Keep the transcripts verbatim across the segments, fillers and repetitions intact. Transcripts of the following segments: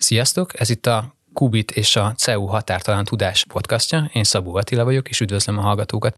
Sziasztok! Ez itt a Qubit és a cé e u Határtalan Tudás podcastja. Én Szabó Attila vagyok, és üdvözlöm a hallgatókat.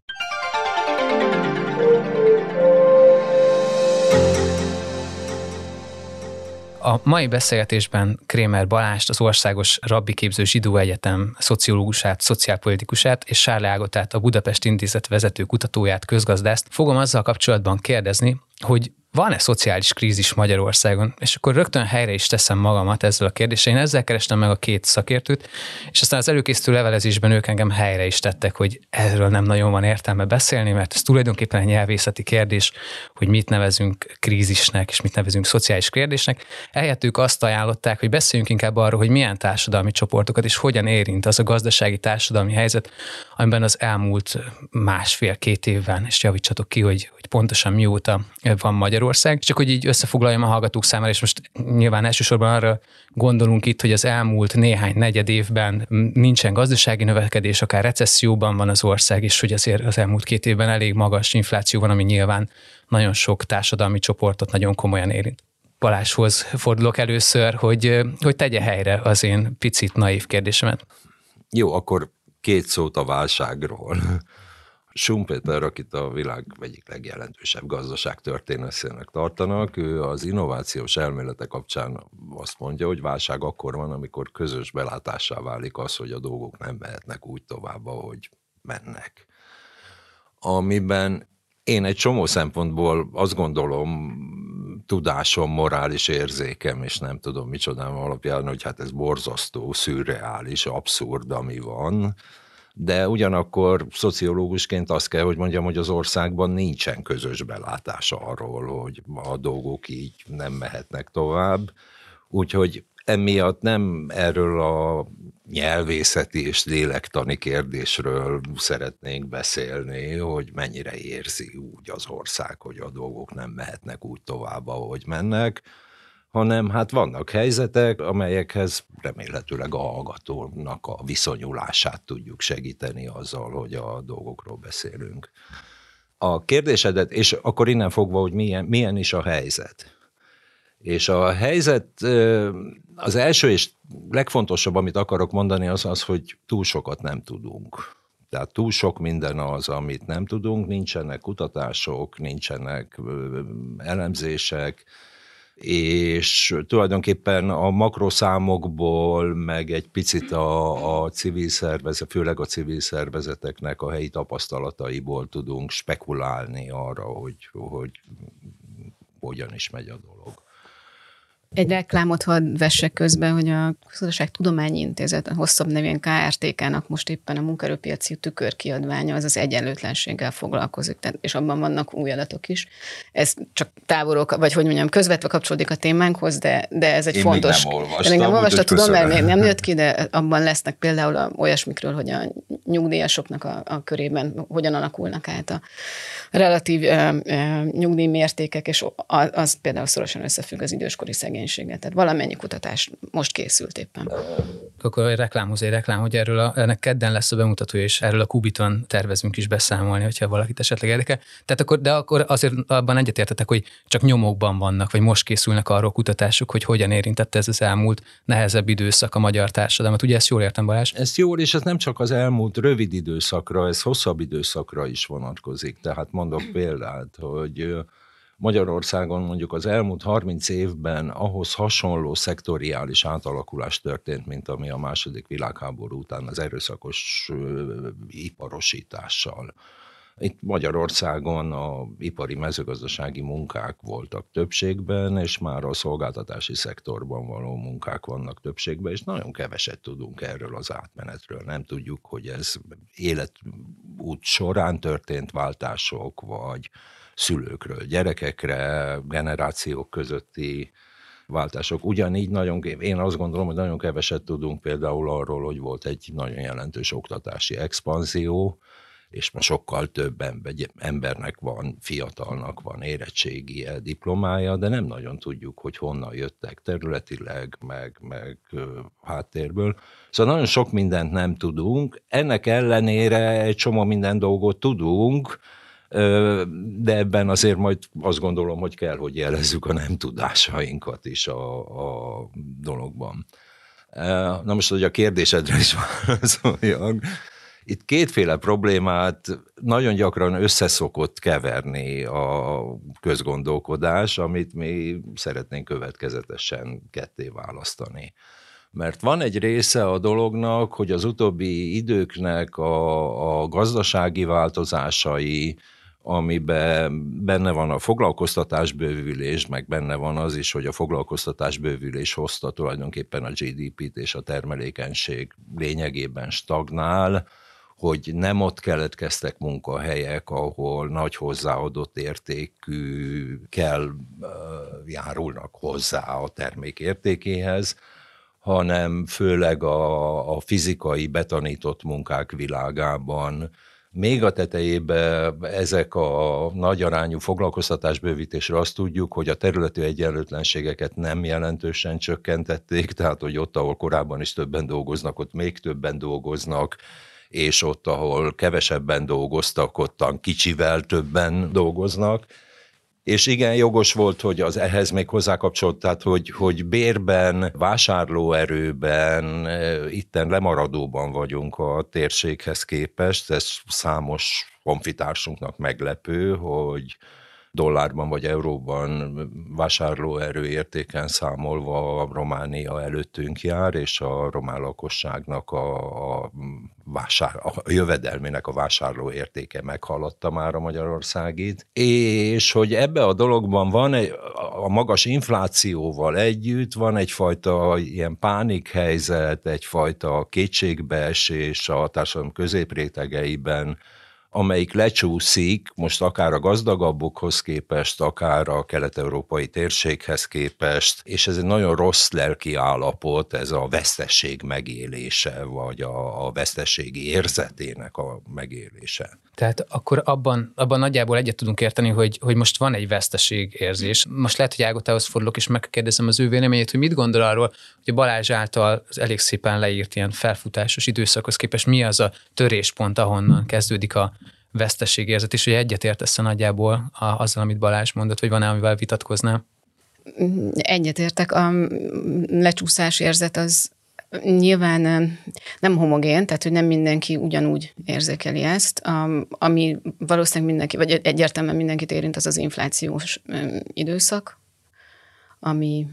A mai beszélgetésben Krémer Balást, az Országos Rabbiképző Zsidó Egyetem szociológusát, szociálpolitikusát és Sárle Ágotát, a Budapest Intézet vezető kutatóját, közgazdászt fogom azzal kapcsolatban kérdezni, hogy van-e szociális krízis Magyarországon? És akkor rögtön helyre is teszem magamat ezzel a kérdéssel. Én ezzel kerestem meg a két szakértőt, és aztán az előkészítő levelezésben ők engem helyre is tettek, hogy erről nem nagyon van értelme beszélni, mert ez tulajdonképpen egy nyelvészeti kérdés, hogy mit nevezünk krízisnek, és mit nevezünk szociális kérdésnek. Ehelyett ők azt ajánlották, hogy beszéljünk inkább arról, hogy milyen társadalmi csoportokat és hogyan érint az a gazdasági társadalmi helyzet, amiben az elmúlt másfél-két évben, és javítsatok ki, hogy, hogy pontosan mióta van Magyarország. Csak hogy így összefoglaljam a hallgatók számára, és most nyilván elsősorban arra gondolunk itt, hogy az elmúlt néhány negyed évben nincsen gazdasági növekedés, akár recesszióban van az ország, és hogy azért az elmúlt két évben elég magas infláció van, ami nyilván nagyon sok társadalmi csoportot nagyon komolyan érint. Balázshoz fordulok először, hogy, hogy tegye helyre az én picit naív kérdésemet. Jó, akkor két szót a válságról. Schumpeter, akit a világ egyik legjelentősebb gazdaságtörténészének tartanak, ő az innovációs elmélete kapcsán azt mondja, hogy válság akkor van, amikor közös belátássá válik az, hogy a dolgok nem mehetnek úgy tovább, ahogy mennek. Amiben én egy csomó szempontból azt gondolom, tudásom, morális érzékem, és nem tudom micsodám alapján, hogy hát ez borzasztó, szürreális, abszurd, ami van, de ugyanakkor szociológusként azt kell, hogy mondjam, hogy az országban nincsen közös belátás arról, hogy a dolgok így nem mehetnek tovább. Úgyhogy emiatt nem erről a nyelvészeti és lélektani kérdésről szeretnénk beszélni, hogy mennyire érzi úgy az ország, hogy a dolgok nem mehetnek úgy tovább, ahogy mennek, hanem hát vannak helyzetek, amelyekhez remélhetőleg a hallgatónak a viszonyulását tudjuk segíteni azzal, hogy a dolgokról beszélünk. A kérdésedet, és akkor innen fogva, hogy milyen, milyen is a helyzet. És a helyzet, az első és legfontosabb, amit akarok mondani, az az, hogy túl sokat nem tudunk. Tehát túl sok minden az, amit nem tudunk, nincsenek kutatások, nincsenek elemzések, és tulajdonképpen a makroszámokból, meg egy picit a, a civil szervezet, főleg a civil szervezeteknek a helyi tapasztalataiból tudunk spekulálni arra, hogy, hogy hogyan is megy a dolog. Egy reklámot hadd vessek közben, hogy a Gazdaságtudományi Intézet, a hosszabb nevén ká er té ká-nak most éppen a munkaerőpiaci tükörkiadványa, az az egyenlőtlenséggel foglalkozik, és abban vannak új adatok is. Ez csak távolról, vagy hogy mondjam, közvetve kapcsolódik a témánkhoz, de, de ez egy Én fontos. Még nem olvastam. Én nem olvastam, tudom, mert még nem jött ki, de abban lesznek például a, olyasmikről, hogy a nyugdíjasoknak a, a körében hogyan alakulnak át a relatív ö, ö, nyugdíjmértékek, és az, az például szorosan összefügg az időskori szegénységgel. Tehát valamennyi kutatás most készült éppen. Akkor egy reklámhoz egy reklám, hogy erről a, ennek kedden lesz a bemutatója, és erről a Qubiton tervezünk is beszámolni, hogyha valakit esetleg érdekel. Tehát akkor, de akkor azért abban egyetértetek, hogy csak nyomokban vannak, vagy most készülnek arról kutatások, hogy hogyan érintette ez az elmúlt nehezebb időszak a magyar társadalmat. Ugye ezt jól értem, Balázs? Ezt jól, és ez nem csak az elmúlt rövid időszakra, ez hosszabb időszakra is vonatkozik. Tehát mondok példát, hogy Magyarországon mondjuk az elmúlt harminc évben ahhoz hasonló szektoriális átalakulás történt, mint ami a második világháború után az erőszakos ö, iparosítással. Itt Magyarországon a ipari mezőgazdasági munkák voltak többségben, és már a szolgáltatási szektorban való munkák vannak többségben, és nagyon keveset tudunk erről az átmenetről. Nem tudjuk, hogy ez életút során történt váltások, vagy szülőkről gyerekekre, generációk közötti váltások. Ugyanígy nagyon, én azt gondolom, hogy nagyon keveset tudunk például arról, hogy volt egy nagyon jelentős oktatási expanzió, és ma sokkal több embernek van, fiatalnak van érettségie, diplomája, de nem nagyon tudjuk, hogy honnan jöttek területileg, meg, meg háttérből. Szóval nagyon sok mindent nem tudunk, ennek ellenére egy csomó minden dolgot tudunk, de ebben azért majd azt gondolom, hogy kell, hogy jelezzük a nem tudásainkat is a, a dologban. Na most, hogy a kérdésedre is válaszoljak, itt kétféle problémát nagyon gyakran összeszokott keverni a közgondolkodás, amit mi szeretnénk következetesen ketté választani. Mert van egy része a dolognak, hogy az utóbbi időknek a, a gazdasági változásai, amiben benne van a foglalkoztatásbővülés, meg benne van az is, hogy a foglalkoztatásbővülés hozta tulajdonképpen a gé dé pét és a termelékenység lényegében stagnál, hogy nem ott keletkeztek munkahelyek, ahol nagy hozzáadott értékű kell járulnak hozzá a termék értékéhez, hanem főleg a, a fizikai betanított munkák világában. Még a tetejében ezek a nagy arányú foglalkoztatásbővítésre azt tudjuk, hogy a területi egyenlőtlenségeket nem jelentősen csökkentették, tehát hogy ott, ahol korábban is többen dolgoznak, ott még többen dolgoznak, és ott, ahol kevesebben dolgoztak, ottan kicsivel többen dolgoznak. És igen, jogos volt, hogy az ehhez még hozzákapcsolt, tehát hogy, hogy bérben, vásárlóerőben, itten lemaradóban vagyunk a térséghez képest. Ez számos honfitársunknak meglepő, hogy dollárban vagy euróban vásárlóerő értéken számolva Románia előttünk jár, és a román lakosságnak a, a, vásár, a jövedelmének a vásárló értéke meghaladta már a magyarországit. És hogy ebbe a dologban van egy, a magas inflációval együtt van egyfajta ilyen pánikhelyzet, egyfajta kétségbeesés a társadalom középrétegeiben, amelyik lecsúszik most akár a gazdagabbokhoz képest, akár a kelet-európai térséghez képest, és ez egy nagyon rossz lelki állapot, ez a vesztesség megélése, vagy a, a vesztességi érzetének a megélése. Tehát akkor abban, abban nagyjából egyet tudunk érteni, hogy, hogy most van egy veszteségérzés. Most lehet, hogy Ágotához fordulok, és megkérdezem az ő véleményét, hogy mit gondol arról, hogy a Balázs által az elég szépen leírt ilyen felfutásos időszakhoz képest mi az a töréspont, ahonnan kezdődik a veszteségérzet, és hogy egyet értesz-e nagyjából a, azzal, amit Balázs mondott, vagy van-e, amivel vitatkoznál? Egyetértek. A lecsúszás érzet az nyilván nem homogén, tehát hogy nem mindenki ugyanúgy érzékeli ezt. Ami valószínűleg mindenki, vagy egyértelműen mindenkit érint, az az inflációs időszak, ami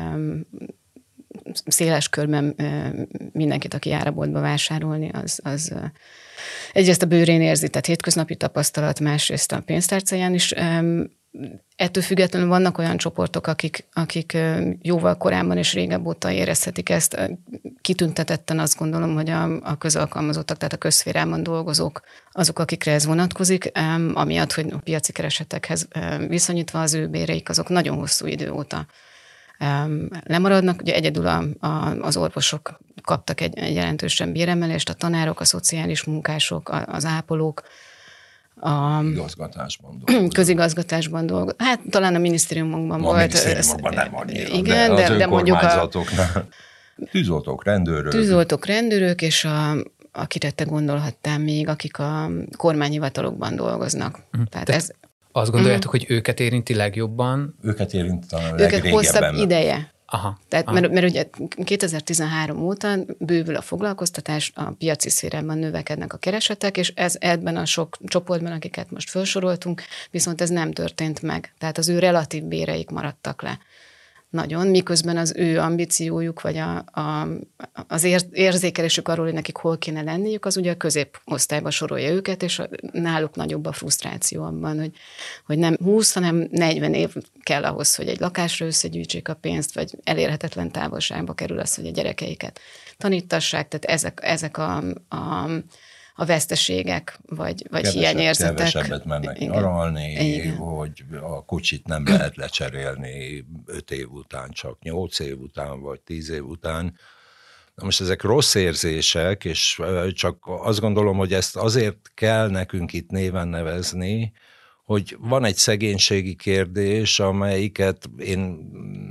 széles körben mindenkit, aki jár a boltba vásárolni, az, az egyrészt a bőrén érzi, tehát hétköznapi tapasztalat, másrészt a pénztárcáján is. Ettől függetlenül vannak olyan csoportok, akik, akik jóval korábban és régebb óta érezhetik ezt. Kitüntetetten azt gondolom, hogy a, a közalkalmazottak, tehát a közszférában dolgozók, azok, akikre ez vonatkozik, amiatt, hogy a piaci keresetekhez viszonyítva az ő béreik, azok nagyon hosszú idő óta lemaradnak. Ugye egyedül a, a, az orvosok kaptak egy, egy jelentősen béremelést, a tanárok, a szociális munkások, a, az ápolók, a igazgatásban dolgozik. Közigazgatásban dolgozik. Hát talán a minisztériumokban a volt. minisztériumokban nem annyira, igen, de, de, de mondjuk a tűzoltók, rendőrök. Tűzoltók, rendőrök, és a, akire te gondolhattál még, akik a kormányhivatalokban dolgoznak. Uh-huh. Tehát Te ez... Azt gondoljátok, uh-huh. hogy őket érinti legjobban? Őket érinti talán Őket legrégebben. hosszabb ideje. Aha, Tehát, aha. Mert, mert ugye kétezer-tizenhárom óta bővül a foglalkoztatás, a piaci szférában növekednek a keresetek, és ez ebben a sok csoportban, akiket most felsoroltunk, viszont ez nem történt meg. Tehát az ő relatív béreik maradtak le nagyon, miközben az ő ambíciójuk, vagy a, a, az ér, érzékelésük arról, hogy nekik hol kéne lenniük, az ugye a középosztályba sorolja őket, és a, náluk nagyobb a frusztráció abban, hogy, hogy nem húsz, hanem negyven év kell ahhoz, hogy egy lakásra összegyűjtsék a pénzt, vagy elérhetetlen távolságba kerül az, hogy a gyerekeiket tanítassák, tehát ezek, ezek a, a a veszteségek, vagy, vagy Kevesebb, hiányérzetek. Kevesebbet mennek igen. nyaralni, igen. hogy a kocsit nem lehet lecserélni öt év után, csak nyolc év után, vagy tíz év után. Na most ezek rossz érzések, és csak azt gondolom, hogy ezt azért kell nekünk itt néven nevezni, hogy van egy szegénységi kérdés, amelyiket én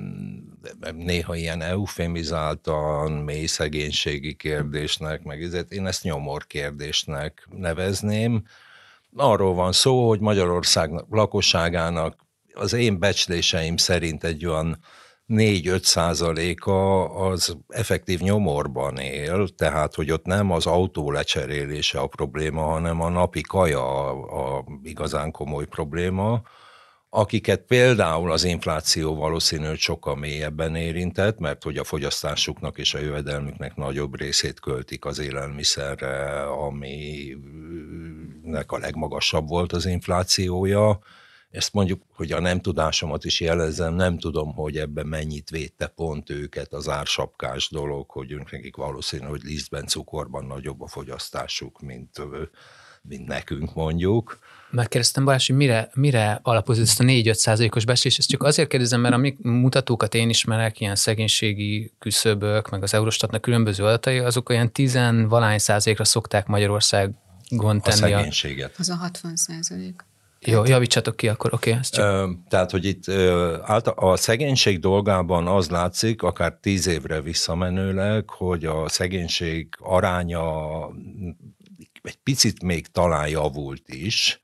néha ilyen eufemizáltan, mély szegénységi kérdésnek, meg ezért én ezt nyomor kérdésnek nevezném. Arról van szó, hogy Magyarország lakosságának az én becsléseim szerint egy olyan négy-öt százaléka az effektív nyomorban él, tehát hogy ott nem az autó lecserélése a probléma, hanem a napi kaja a, a igazán komoly probléma, akiket például az infláció valószínűleg sokkal mélyebben érintett, mert hogy a fogyasztásuknak és a jövedelmüknek nagyobb részét költik az élelmiszerre, aminek a legmagasabb volt az inflációja. Ezt mondjuk, hogy a nem tudásomat is jelezzem, nem tudom, hogy ebben mennyit védte pont őket az ársapkás dolog, hogy nekik valószínű, hogy lisztben, cukorban nagyobb a fogyasztásuk, mint, mint nekünk mondjuk. Megkérdeztem Balázs, hogy mire, mire alapozott ezt a négy-öt százalékos becslés, ezt csak azért kérdezem, mert a mi mutatókat én ismerek, ilyen szegénységi küszöbök, meg az Eurostatnak különböző adatai, azok olyan tizenvalány százalékra szokták Magyarországon tenni. A szegénységet. A... Az a hatvan százalék. Jó, javítsatok ki akkor, oké. Okay, csak... Tehát, hogy itt a szegénység dolgában az látszik, akár tíz évre visszamenőleg, hogy a szegénység aránya egy picit még talán javult is,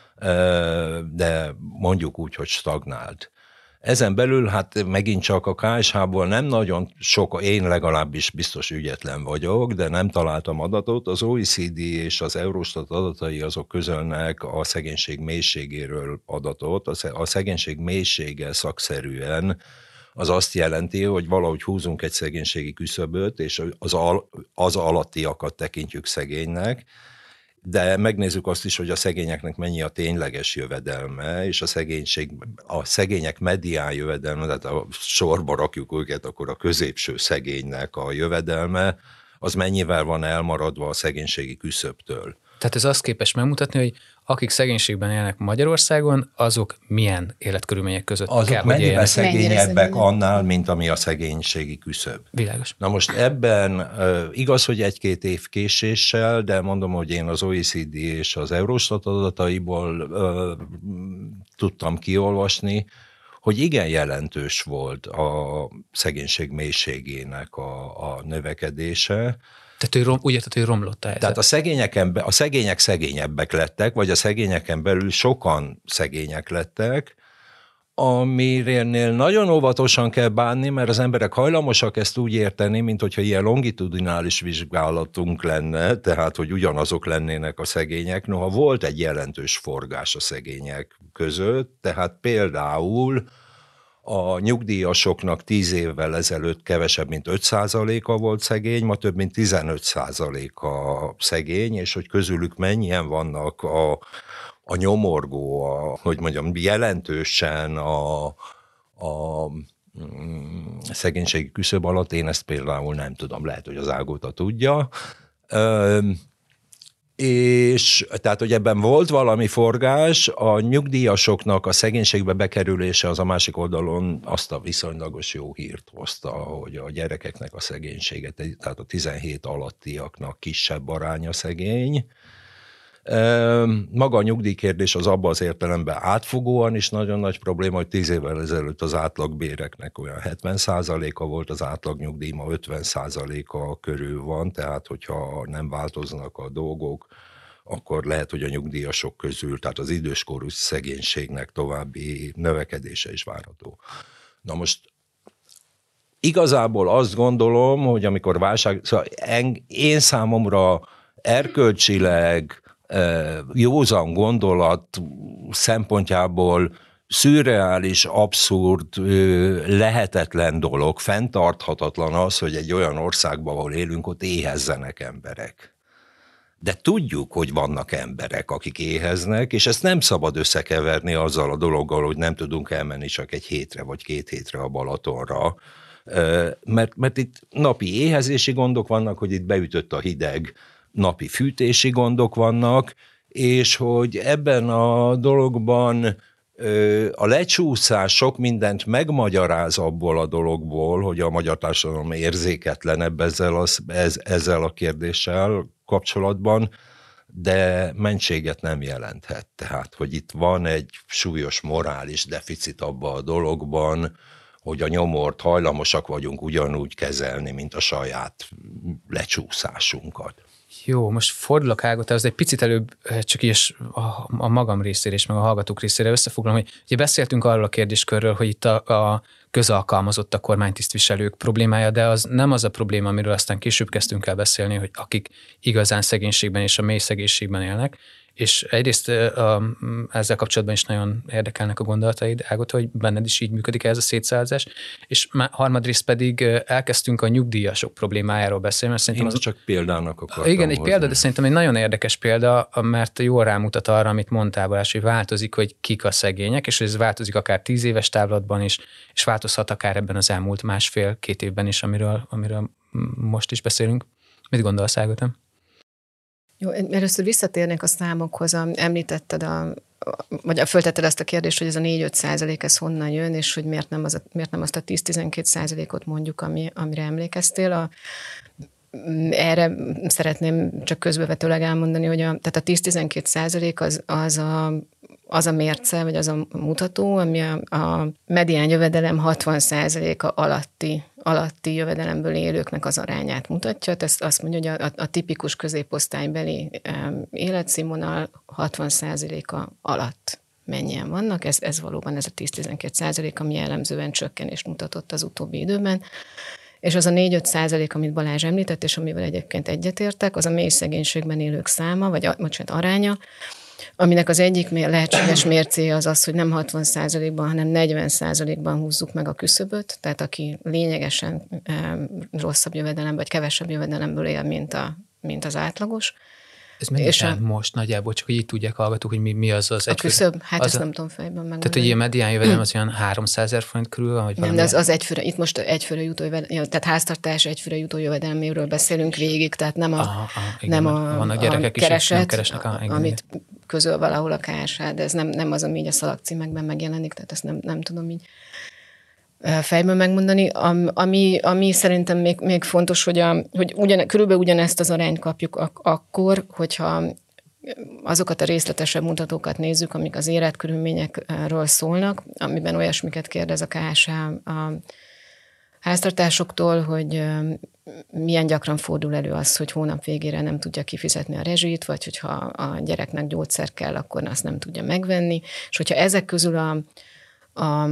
de mondjuk úgy, hogy stagnált. Ezen belül hát megint csak a ká es há-ból nem nagyon sok, én legalábbis biztos ügyetlen vagyok, de nem találtam adatot. Az o e cé dé és az Eurostat adatai azok közölnek a szegénység mélységéről adatot. A szegénység mélysége szakszerűen az azt jelenti, hogy valahogy húzunk egy szegénységi küszöböt, és az, al- az alattiakat tekintjük szegénynek, de megnézzük azt is, hogy a szegényeknek mennyi a tényleges jövedelme, és a szegénység, a szegények medián jövedelme, tehát a sorba rakjuk őket, akkor a középső szegénynek a jövedelme, az mennyivel van elmaradva a szegénységi küszöbtől. Tehát ez azt képes megmutatni, hogy akik szegénységben élnek Magyarországon, azok milyen életkörülmények között azok kell, hogy éljenek. Azok mennyivel szegényebbek annál, mint ami a szegénységi küszöb. Világos. Na most ebben uh, igaz, hogy egy-két év késéssel, de mondom, hogy én az o e cé dé és az Eurostat adataiból uh, tudtam kiolvasni, hogy igen jelentős volt a szegénység mélységének a, a növekedése. Tehát ő rom, úgy érted, hogy romlott a helyzet. Tehát a, szegényeken, a szegények szegényebbek lettek, vagy a szegényeken belül sokan szegények lettek, amirénél nagyon óvatosan kell bánni, mert az emberek hajlamosak ezt úgy érteni, mint hogyha ilyen longitudinális vizsgálatunk lenne, tehát hogy ugyanazok lennének a szegények. Noha volt egy jelentős forgás a szegények között, tehát például a nyugdíjasoknak tíz évvel ezelőtt kevesebb, mint öt százaléka volt szegény, ma több, mint tizenöt százaléka szegény, és hogy közülük mennyien vannak a, a nyomorgó, a, hogy mondjam, jelentősen a, a szegénységi küszöb alatt, én ezt például nem tudom, lehet, hogy az Ágóta tudja. És tehát, hogy ebben volt valami forgás, a nyugdíjasoknak a szegénységbe bekerülése az a másik oldalon azt a viszonylagos jó hírt hozta, hogy a gyerekeknek a szegénységet, tehát a tizenhét alattiaknak kisebb aránya szegény. Maga a nyugdíjkérdés az abban az értelemben átfogóan is nagyon nagy probléma, hogy tíz évvel ezelőtt az átlagbéreknek olyan hetven százaléka volt, az átlagnyugdíj ma ötven százaléka körül van, tehát hogyha nem változnak a dolgok, akkor lehet, hogy a nyugdíjasok közül, tehát az időskorú szegénységnek további növekedése is várható. Na most igazából azt gondolom, hogy amikor válság, szóval én számomra erkölcsileg, józan gondolat szempontjából szürreális, abszurd, lehetetlen dolog, fenntarthatatlan az, hogy egy olyan országban, ahol élünk, ott éhezzenek emberek. De tudjuk, hogy vannak emberek, akik éheznek, és ezt nem szabad összekeverni azzal a dologgal, hogy nem tudunk elmenni csak egy hétre vagy két hétre a Balatonra, mert, mert itt napi éhezési gondok vannak, hogy itt beütött a hideg, napi fűtési gondok vannak, és hogy ebben a dologban a lecsúszás sok mindent megmagyaráz abból a dologból, hogy a magyar társadalom érzéketlenebb ezzel a, ez, ezzel a kérdéssel kapcsolatban, de mentséget nem jelenthet. Tehát, hogy itt van egy súlyos morális deficit abban a dologban, hogy a nyomort hajlamosak vagyunk ugyanúgy kezelni, mint a saját lecsúszásunkat. Jó, most fordulok Ágota, az egy picit előbb csak is a, a magam részére és meg a hallgatók részére összefoglalom, hogy ugye beszéltünk arról a kérdéskörről, hogy itt a, a közalkalmazottak, kormánytisztviselők problémája, de az nem az a probléma, amiről aztán később kezdtünk el beszélni, hogy akik igazán szegénységben és a mély szegénységben élnek, és egyrészt ezzel kapcsolatban is nagyon érdekelnek a gondolataid, Ágota, hogy benned is így működik ez a szétszálazás, és harmadrészt pedig elkezdtünk a nyugdíjasok problémájáról beszélni. Mert Én az csak példának akartam Igen, egy hozni. példa, de szerintem egy nagyon érdekes példa, mert jól rámutat arra, amit mondtál, Balázs, hogy változik, hogy kik a szegények, és ez változik akár tíz éves távlatban is, és változhat akár ebben az elmúlt másfél-két évben is, amiről, amiről most is beszélünk. Mit gondolsz, Ágota? Jó, először visszatérnék a számokhoz, említetted, a, vagy föltetted ezt a kérdést, hogy ez a négy-öt százalék, ez honnan jön, és hogy miért nem, az a, miért nem azt a tíz-tizenkét százalékot mondjuk, ami, amire emlékeztél. A, erre szeretném csak közbevetőleg elmondani, hogy a, tehát a tíz-tizenkét százalék az, az a az a mérce, vagy az a mutató, ami a, a medián jövedelem hatvan százaléka alatti, alatti jövedelemből élőknek az arányát mutatja. Ezt azt mondja, hogy a, a tipikus középosztálybeli um, életszínvonal hatvan százaléka alatt mennyien vannak. Ez, ez valóban ez a tíz-tizenkét százalék, ami jellemzően csökkenést mutatott az utóbbi időben. És az a négy-öt százalék, amit Balázs említett, és amivel egyébként egyetértek, az a mély szegénységben élők száma, vagy bocsánat, aránya, aminek az egyik lehetséges mércéje az az, hogy nem hatvan százalékban, hanem negyven százalékban húzzuk meg a küszöböt, tehát aki lényegesen e, rosszabb jövedelem, vagy kevesebb jövedelemből él, mint, a, mint az átlagos. Ez mennyi a, most nagyjából, csak hogy így tudják hallgatók, hogy mi, mi az az egy A küszöb? Hát az ezt a, nem tudom fejben megmondani. Tehát, hogy ilyen medián jövedelem az olyan háromszázezer forint körül? Vagy nem, de az, az egyfőre, itt most egyfőre jutó jövedelem, tehát háztartás egyfőre jutó jövedelméről beszélünk végig, tehát nem a, aha, aha, igen, nem a, vannak gyerekek a kereset, is, nem keresnek, a, igen, amit igen. közöl valahol a ká es há, de ez nem, nem az, ami így a szalagcímekben megjelenik, tehát ezt nem, nem tudom így fejből megmondani. Ami, ami szerintem még, még fontos, hogy, a, hogy ugyan, körülbelül ugyanezt az arányt kapjuk ak- akkor, hogyha azokat a részletesebb mutatókat nézzük, amik az életkörülményekről szólnak, amiben olyasmiket kérdez a ká es há a háztartásoktól, hogy milyen gyakran fordul elő az, hogy hónap végére nem tudja kifizetni a rezsit, vagy hogyha a gyereknek gyógyszer kell, akkor azt nem tudja megvenni. És hogyha ezek közül a, a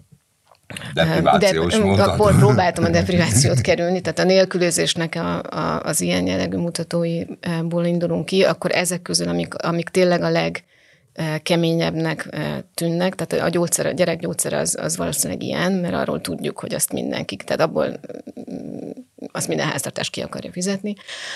deprivációs de, mondat. Akkor próbáltam a deprivációt kerülni, tehát a nélkülözésnek a, a, az ilyen jellegű mutatóiból indulunk ki, akkor ezek közül, amik, amik tényleg a legkeményebbnek tűnnek, tehát a gyógyszer, a gyerekgyógyszer az, az valószínűleg ilyen, mert arról tudjuk, hogy azt mindenki, tehát abból azt minden háztartás ki akarja fizetni.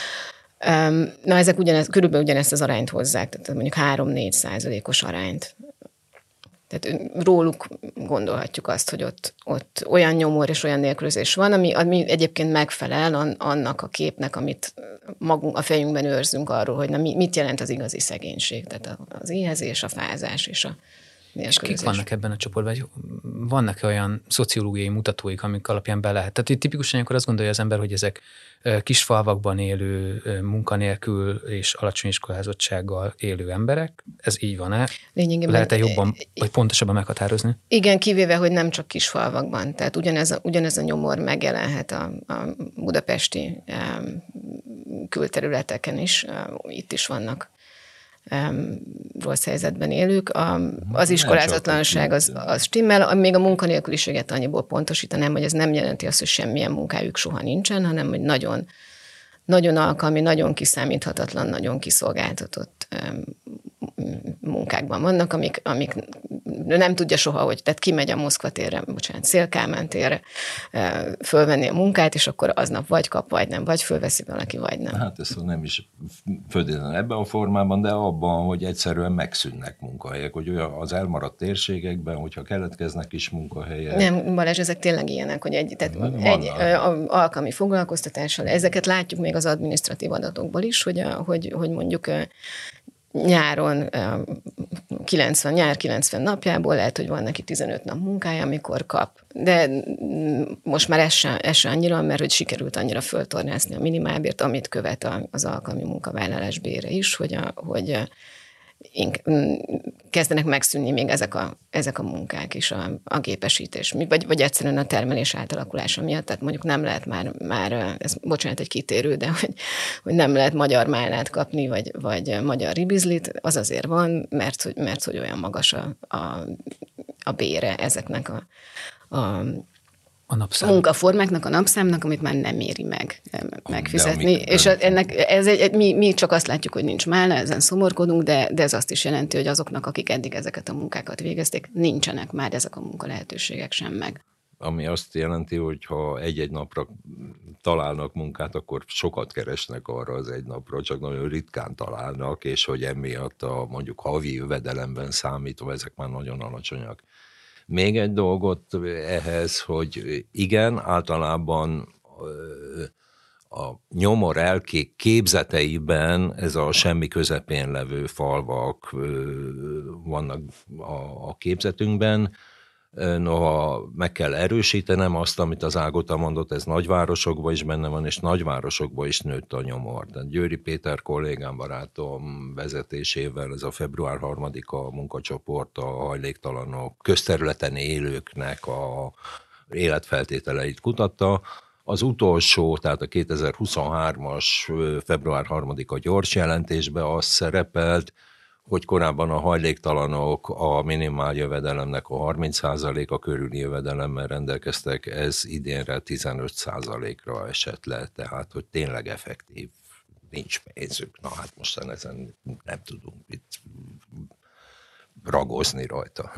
Na, ezek ugyanez, körülbelül ugyanezt az arányt hozzák, tehát mondjuk három-négy százalékos arányt. Tehát róluk gondolhatjuk azt, hogy ott, ott olyan nyomor és olyan nélkülözés van, ami, ami egyébként megfelel annak a képnek, amit magunk a fejünkben őrzünk arról, hogy na, mit jelent az igazi szegénység. Tehát az éhezés, a fázás és a nélkülözés. És kik vannak ebben a csoportban? Vannak olyan szociológiai mutatóik, amik alapján be lehet? Tehát tipikusan ilyenkor azt gondolja az ember, hogy ezek kis falvakban élő, munkanélkül és alacsony iskolázottsággal élő emberek. Ez így van-e? Lényegében lehet-e jobban, vagy pontosabban meghatározni? Igen, kivéve, hogy nem csak kis falvakban. Tehát ugyanez a, ugyanez a nyomor megjelenhet a, a budapesti um, külterületeken is. Uh, itt is vannak um, rossz helyzetben élők. A, az iskolázatlanság az, az stimmel, még a munkanélküliséget annyiból pontosítanám, hogy ez nem jelenti azt, hogy semmilyen munkájuk soha nincsen, hanem hogy nagyon, nagyon alkalmi, nagyon kiszámíthatatlan, nagyon kiszolgáltatott um, munkákban vannak, amik, amik nem tudja soha, hogy tehát kimegy a Moszkva térre, bocsánat, Széll-Kálmán térre fölvenni a munkát, és akkor aznap vagy kap, vagy nem, vagy fölveszi valaki, vagy nem. Hát ez nem is föltétlenül ebben a formában, de abban, hogy egyszerűen megszűnnek munkahelyek, hogy olyan az elmaradt térségekben, hogyha keletkeznek is munkahelyek. Nem, Balázs, ezek tényleg ilyenek, hogy egy, tehát egy alkalmi foglalkoztatással, ezeket látjuk még az adminisztratív adatokból is, hogy, a, hogy, hogy mondjuk nyáron, kilencven, nyár kilencven napjából lehet, hogy van neki tizenöt nap munkája, amikor kap. De most már ez se, ez se annyira, mert hogy sikerült annyira föltornászni a minimálbért, amit követ az alkalmi munkavállalás bére is, hogy, a, hogy kezdenek megszűnni még ezek a, ezek a munkák is, a, a gépesítés, vagy, vagy egyszerűen a termelés átalakulása miatt, tehát mondjuk nem lehet már, már ez bocsánat, egy kitérő, de hogy, hogy nem lehet magyar málnát kapni, vagy, vagy magyar ribizlit, az azért van, mert, mert hogy olyan magas a, a, a bére ezeknek a, a A napszám. A munkaformáknak, a napszámnak, amit már nem éri meg megfizetni. Amik, és a, ennek, ez egy, mi, mi csak azt látjuk, hogy nincs málna, ezen szomorkodunk, de, de ez azt is jelenti, hogy azoknak, akik eddig ezeket a munkákat végezték, nincsenek már ezek a munkalehetőségek sem meg. Ami azt jelenti, hogy ha egy-egy napra találnak munkát, akkor sokat keresnek arra az egy napra, csak nagyon ritkán találnak, és hogy emiatt a mondjuk havi jövedelemben számítva ezek már nagyon alacsonyak. Még egy dolgot ehhez, hogy igen, általában a nyomor elkék képzeteiben ez a semmi közepén levő falvak vannak a képzetünkben. Noha meg kell erősítenem azt, amit az Ágota mondott, ez nagyvárosokban is benne van, és nagyvárosokban is nőtt a nyomor. Tehát Győri Péter kollégám, barátom vezetésével ez a február harmadika munkacsoport a hajléktalanok közterületen élőknek a életfeltételeit kutatta. Az utolsó, tehát a kétezer-huszonhármas február harmadika gyors jelentésben az szerepelt, hogy korábban a hajléktalanok a minimál jövedelemnek a harminc százaléka körüli jövedelemmel rendelkeztek, ez idénre tizenöt százalékra esett le, tehát hogy tényleg effektív, nincs pénzük. Na hát mostan ezen nem tudunk mit ragozni rajta.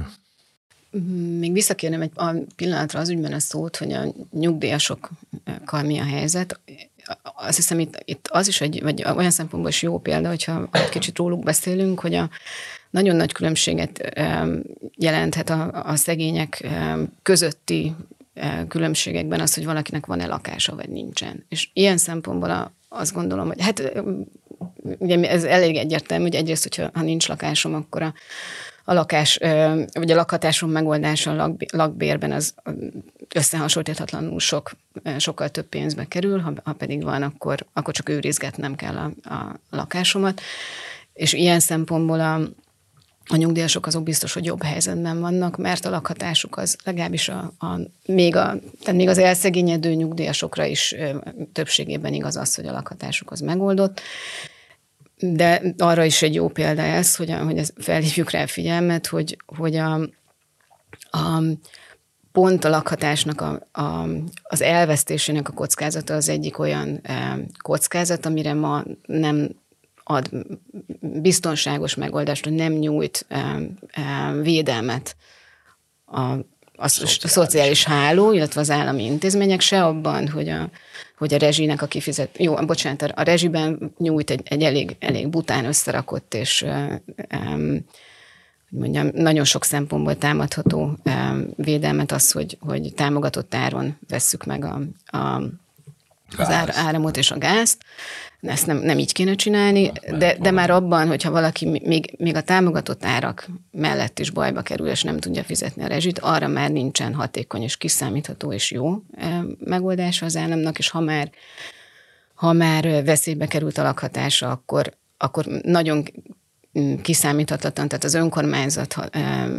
Még visszakérném egy pillanatra az ügyben a szót, hogy a nyugdíjasokkal mi a helyzet. Azt hiszem, itt, itt az is egy, vagy olyan szempontból is jó példa, hogyha egy kicsit róluk beszélünk, hogy a nagyon nagy különbséget jelenthet a, a szegények közötti különbségekben az, hogy valakinek van-e lakása, vagy nincsen. És ilyen szempontból azt gondolom, hogy hát ugye ez elég egyértelmű, hogy egyrészt, hogyha ha nincs lakásom, akkor a a lakás, vagy a lakhatásom megoldása a lakbérben az összehasonlíthatatlanul sok, sokkal több pénzbe kerül, ha, ha pedig van, akkor, akkor csak őrizgetnem kell a, a lakásomat. És ilyen szempontból a, a nyugdíjasok azok biztos, hogy jobb helyzetben vannak, mert a lakhatásuk az legalábbis a, a, még, a, tehát még az elszegényedő nyugdíjasokra is többségében igaz az, hogy a lakhatásuk az megoldott. De arra is egy jó példa ez, hogy, a, hogy ez felhívjuk rá a figyelmet, hogy, hogy a, a pont a lakhatásnak a, a, az elvesztésének a kockázata az egyik olyan e, kockázat, amire ma nem ad biztonságos megoldást, hogy nem nyújt e, e, védelmet a, a, a szociális háló, illetve az állami intézmények se abban, hogy a hogy a rezsinek a kifizet, jó, bocsánat, a rezsiben nyújt egy, egy elég, elég bután összerakott, és um, mondjam, nagyon sok szempontból támadható um, védelmet az, hogy, hogy támogatott áron vesszük meg a, a, az ára, áramot és a gázt. Ezt nem, nem így kéne csinálni, de, de már abban, hogyha valaki még, még a támogatott árak mellett is bajba kerül, és nem tudja fizetni a rezsit, arra már nincsen hatékony és kiszámítható és jó megoldása az államnak, és ha már, ha már veszélybe került a lakhatása, akkor, akkor nagyon kiszámíthatatlan, tehát az önkormányzat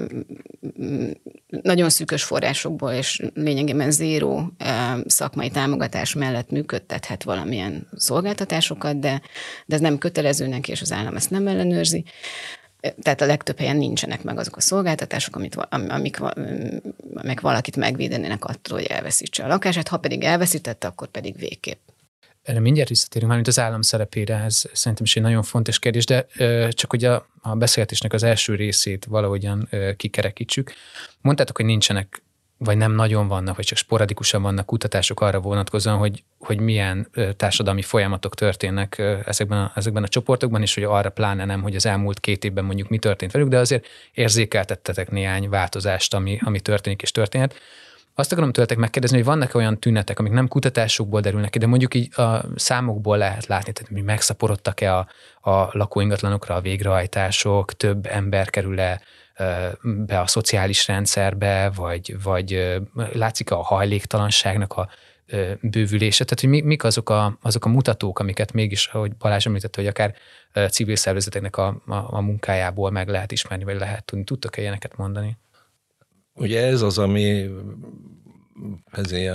nagyon szűkös forrásokból és lényegében zéró szakmai támogatás mellett működtethet valamilyen szolgáltatásokat, de, de ez nem kötelező neki, és az állam ezt nem ellenőrzi. Tehát a legtöbb helyen nincsenek meg azok a szolgáltatások, amit, amik, amik valakit megvédenének attól, hogy elveszítse a lakását, ha pedig elveszítette, akkor pedig végképp. Erre mindjárt visszatérünk, mármint az állam szerepére, ez szerintem is egy nagyon fontos kérdés, de ö, csak ugye a, a beszélgetésnek az első részét valahogyan ö, kikerekítsük. Mondtátok, hogy nincsenek, vagy nem nagyon vannak, vagy csak sporadikusan vannak kutatások arra vonatkozóan, hogy, hogy milyen ö, társadalmi folyamatok történnek ö, ezekben, a, ezekben a csoportokban, és hogy arra pláne nem, hogy az elmúlt két évben mondjuk mi történt velük, de azért érzékeltettetek néhány változást, ami, ami történik és történhet. Azt akarom tőletek megkérdezni, hogy vannak olyan tünetek, amik nem kutatásokból derülnek ki, de mondjuk így a számokból lehet látni, tehát hogy megszaporodtak-e a, a lakóingatlanokra a végrehajtások, több ember kerül-e be a szociális rendszerbe, vagy, vagy látszik a hajléktalanságnak a bővülése. Tehát, hogy mik azok a, azok a mutatók, amiket mégis, ahogy Balázs említette, hogy akár civil szervezeteknek a, a, a munkájából meg lehet ismerni, vagy lehet tudni. Tudtok-e ilyeneket mondani? Ugye ez az, ami ez ilyen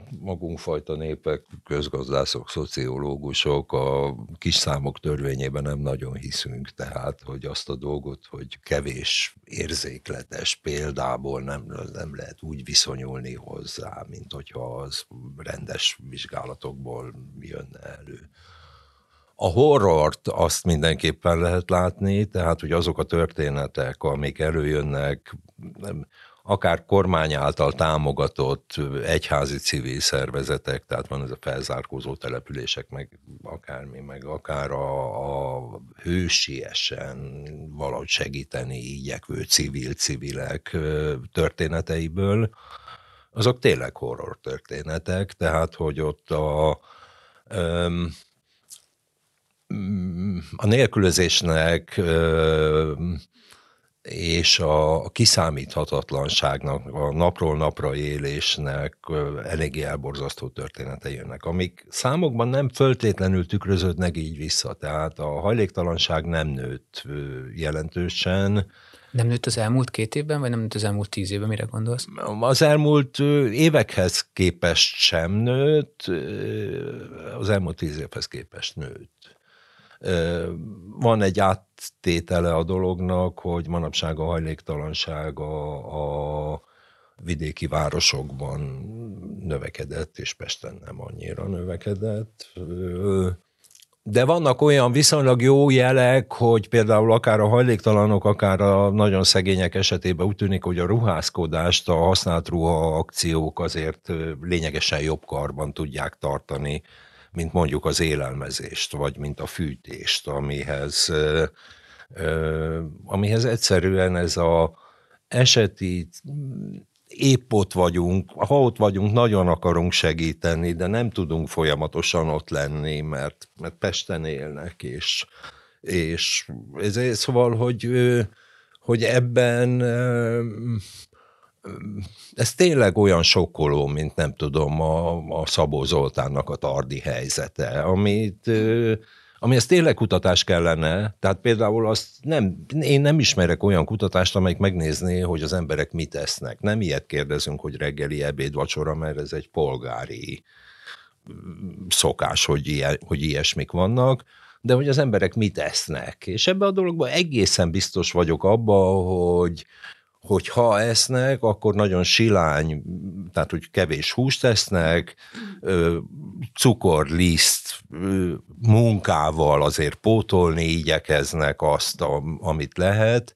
magunkfajta népek, közgazdászok, szociológusok a kis számok törvényében nem nagyon hiszünk, tehát, hogy azt a dolgot, hogy kevés érzékletes példából nem, nem lehet úgy viszonyulni hozzá, mint hogyha az rendes vizsgálatokból jönne elő. A horrort azt mindenképpen lehet látni, tehát, hogy azok a történetek, amik előjönnek, akár kormány által támogatott egyházi civil szervezetek, tehát van ez a felzárkózó települések, meg akármi, meg akár a, a hősiesen valahogy segíteni igyekvő civil civilek történeteiből, azok tényleg horror történetek, tehát, hogy ott a a nélkülözésnek és a kiszámíthatatlanságnak, a napról napra élésnek eléggé elborzasztó történetei jönnek, amik számokban nem föltétlenül tükröződnek így vissza, tehát a hajléktalanság nem nőtt jelentősen. Nem nőtt az elmúlt két évben, vagy nem nőtt az elmúlt tíz évben, mire gondolsz? Az elmúlt évekhez képest sem nőtt, az elmúlt tíz évhez képest nőtt. Van egy áttétele a dolognak, hogy manapság a hajléktalanság a, a vidéki városokban növekedett, és Pesten nem annyira növekedett. De vannak olyan viszonylag jó jelek, hogy például akár a hajléktalanok, akár a nagyon szegények esetében úgy tűnik, hogy a ruházkodást, a használt ruha akciók azért lényegesen jobb karban tudják tartani, mint mondjuk az élelmezést, vagy mint a fűtést, amihez, amihez egyszerűen ez a eseti épp ott vagyunk, ha ott vagyunk, nagyon akarunk segíteni, de nem tudunk folyamatosan ott lenni, mert, mert Pesten élnek, és, és ezért szóval, hogy, hogy ebben ez tényleg olyan sokkoló, mint nem tudom, a, a Szabó Zoltánnak a Tardi helyzete, amit, amihez tényleg kutatás kellene, tehát például azt nem, én nem ismerek olyan kutatást, amelyik megnézné, hogy az emberek mit esznek. Nem ilyet kérdezünk, hogy reggeli, ebéd, vacsora, mert ez egy polgári szokás, hogy, ilyen, hogy ilyesmik vannak, de hogy az emberek mit esznek. És ebben a dologban egészen biztos vagyok abban, hogy hogy ha esznek, akkor nagyon silány, tehát hogy kevés húst esznek, cukorliszt munkával azért pótolni igyekeznek azt, amit lehet.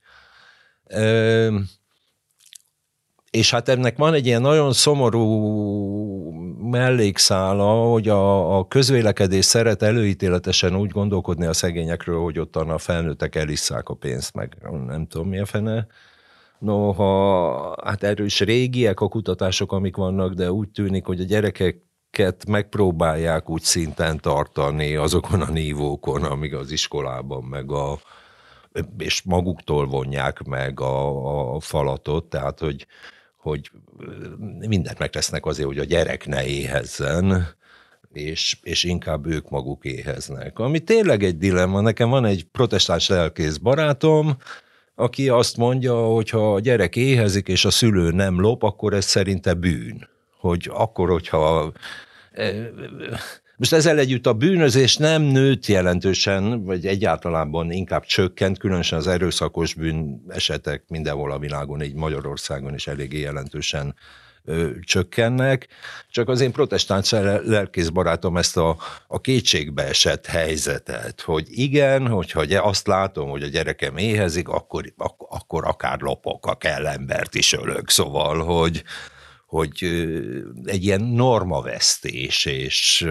És hát ennek van egy ilyen nagyon szomorú mellékszála, hogy a, a közvélekedés szeret előítéletesen úgy gondolkodni a szegényekről, hogy ottan a felnőttek elisszák a pénzt, meg nem tudom mi a fene. Noha, hát erről is régiek a kutatások, amik vannak, de úgy tűnik, hogy a gyerekeket megpróbálják úgy szinten tartani azokon a nívókon, amíg az iskolában, meg a, és maguktól vonják meg a, a falatot, tehát, hogy, hogy mindent megtesznek azért, hogy a gyerek ne éhezzen, és, és inkább ők maguk éheznek. Ami tényleg egy dilemma. Nekem van egy protestáns lelkész barátom, aki azt mondja, hogy ha a gyerek éhezik, és a szülő nem lop, akkor ez szerinte bűn. Hogy akkor, hogyha... Most ezzel együtt a bűnözés nem nőtt jelentősen, vagy egyáltalában inkább csökkent, különösen az erőszakos bűn esetek mindenhol a világon, így Magyarországon is eléggé jelentősen ö, csökkennek. Csak az én protestáns lelkész barátom ezt a, a kétségbe esett helyzetet, hogy igen, hogyha azt látom, hogy a gyerekem éhezik, akkor, ak- akkor akár lopok, a kell embert is ölök. Szóval, hogy hogy egy ilyen normavesztés, és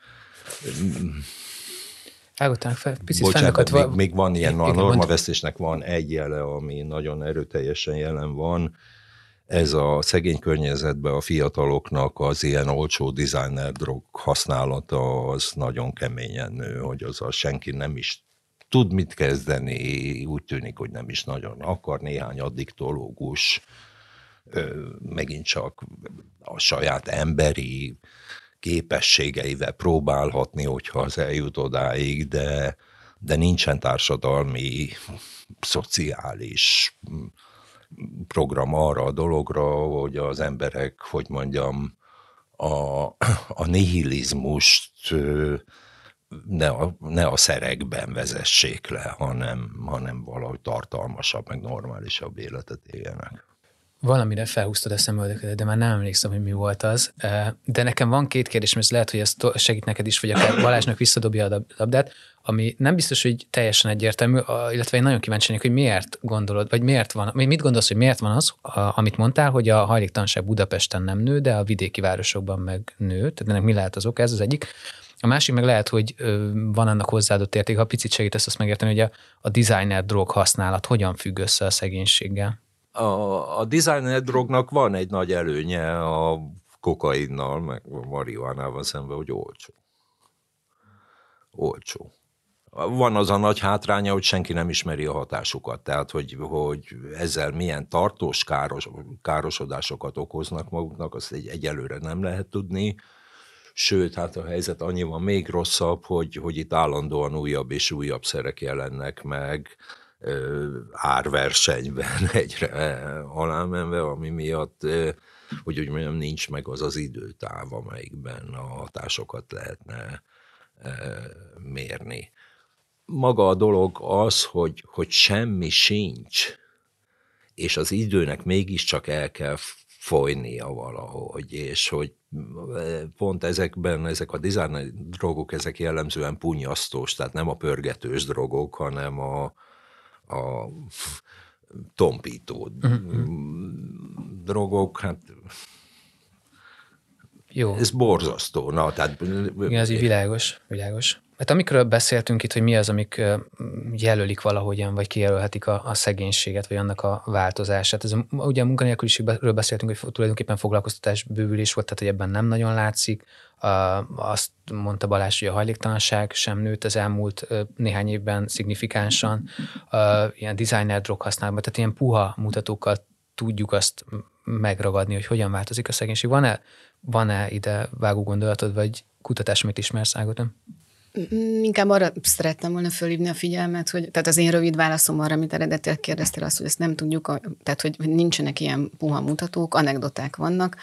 Elgottának fel, picit bocsánat, még, még van ilyen, a normavesztésnek van egy jele, ami nagyon erőteljesen jelen van, ez a szegény környezetben a fiataloknak az ilyen olcsó designer drog használata, az nagyon keményen nő, hogy az a senki nem is tud mit kezdeni, úgy tűnik, hogy nem is nagyon akar, néhány addiktológus megint csak a saját emberi képességeivel próbálhatni, hogyha az eljut odáig, de, de nincsen társadalmi, szociális program arra a dologra, hogy az emberek, hogy mondjam, a, a nihilizmust ne a, ne a szerekben vezessék le, hanem, hanem valahogy tartalmasabb, meg normálisabb életet éljenek. Valamire felhúztad a szemöldöködet, de már nem emlékszem, hogy mi volt az. De nekem van két kérdés, mert lehet, hogy ez segít neked is, vagy akár Balázsnak visszadobja a labdát, ami nem biztos, hogy teljesen egyértelmű, illetve én nagyon kíváncsi vagyok, hogy miért gondolod, vagy miért van, vagy mit gondolsz, hogy miért van az, amit mondtál, hogy a hajléktalanság Budapesten nem nő, de a vidéki városokban meg nő. Tehát ennek mi lehet az oka? Ez az egyik. A másik meg lehet, hogy van annak hozzáadott érték, ha picit segítesz azt megérteni, hogy a, a designer drog használat hogyan függ össze a szegénységgel. A, a designer drognak van egy nagy előnye a kokainnal, meg a marihuánával szemben, hogy olcsó. Olcsó. Van az a nagy hátránya, hogy senki nem ismeri a hatásukat, tehát hogy, hogy ezzel milyen tartós káros, károsodásokat okoznak maguknak, azt egy, egyelőre nem lehet tudni. Sőt, hát a helyzet annyiban még rosszabb, hogy, hogy itt állandóan újabb és újabb szerek jelennek meg, árversenyben egyre alámenve, ami miatt, hogy úgy mondjam, nincs meg az az időtáv, amelyikben a hatásokat lehetne mérni. Maga a dolog az, hogy, hogy semmi sincs, és az időnek mégiscsak el kell folynia valahogy, és hogy pont ezekben, ezek a designer drogok, ezek jellemzően punyasztós, tehát nem a pörgetős drogok, hanem a, a tompító uh-huh. drogok, hát jó. Ez borzasztó. Na, tehát, igen, ez így világos, világos. Hát amikről beszéltünk itt, hogy mi az, amik jelölik valahogyan, vagy kijelölhetik a, a szegénységet, vagy annak a változását. Ez a, ugye a munkanélküliségről beszéltünk, hogy tulajdonképpen foglalkoztatás bővülés volt, tehát hogy ebben nem nagyon látszik. Azt mondta Balázs, hogy a hajléktalanság sem nőtt az elmúlt néhány évben szignifikánsan. Ilyen designer drog használatban, tehát ilyen puha mutatókkal tudjuk azt megragadni, hogy hogyan változik a szegénység. Van-e, van-e ide vágó gondolatod, vagy kutatás, amit ismersz, Ágota? Inkább arra szerettem volna fölhívni a figyelmet, hogy tehát az én rövid válaszom arra, amit eredetileg kérdeztél, az, hogy ezt nem tudjuk, tehát hogy nincsenek ilyen puha mutatók, anekdoták vannak.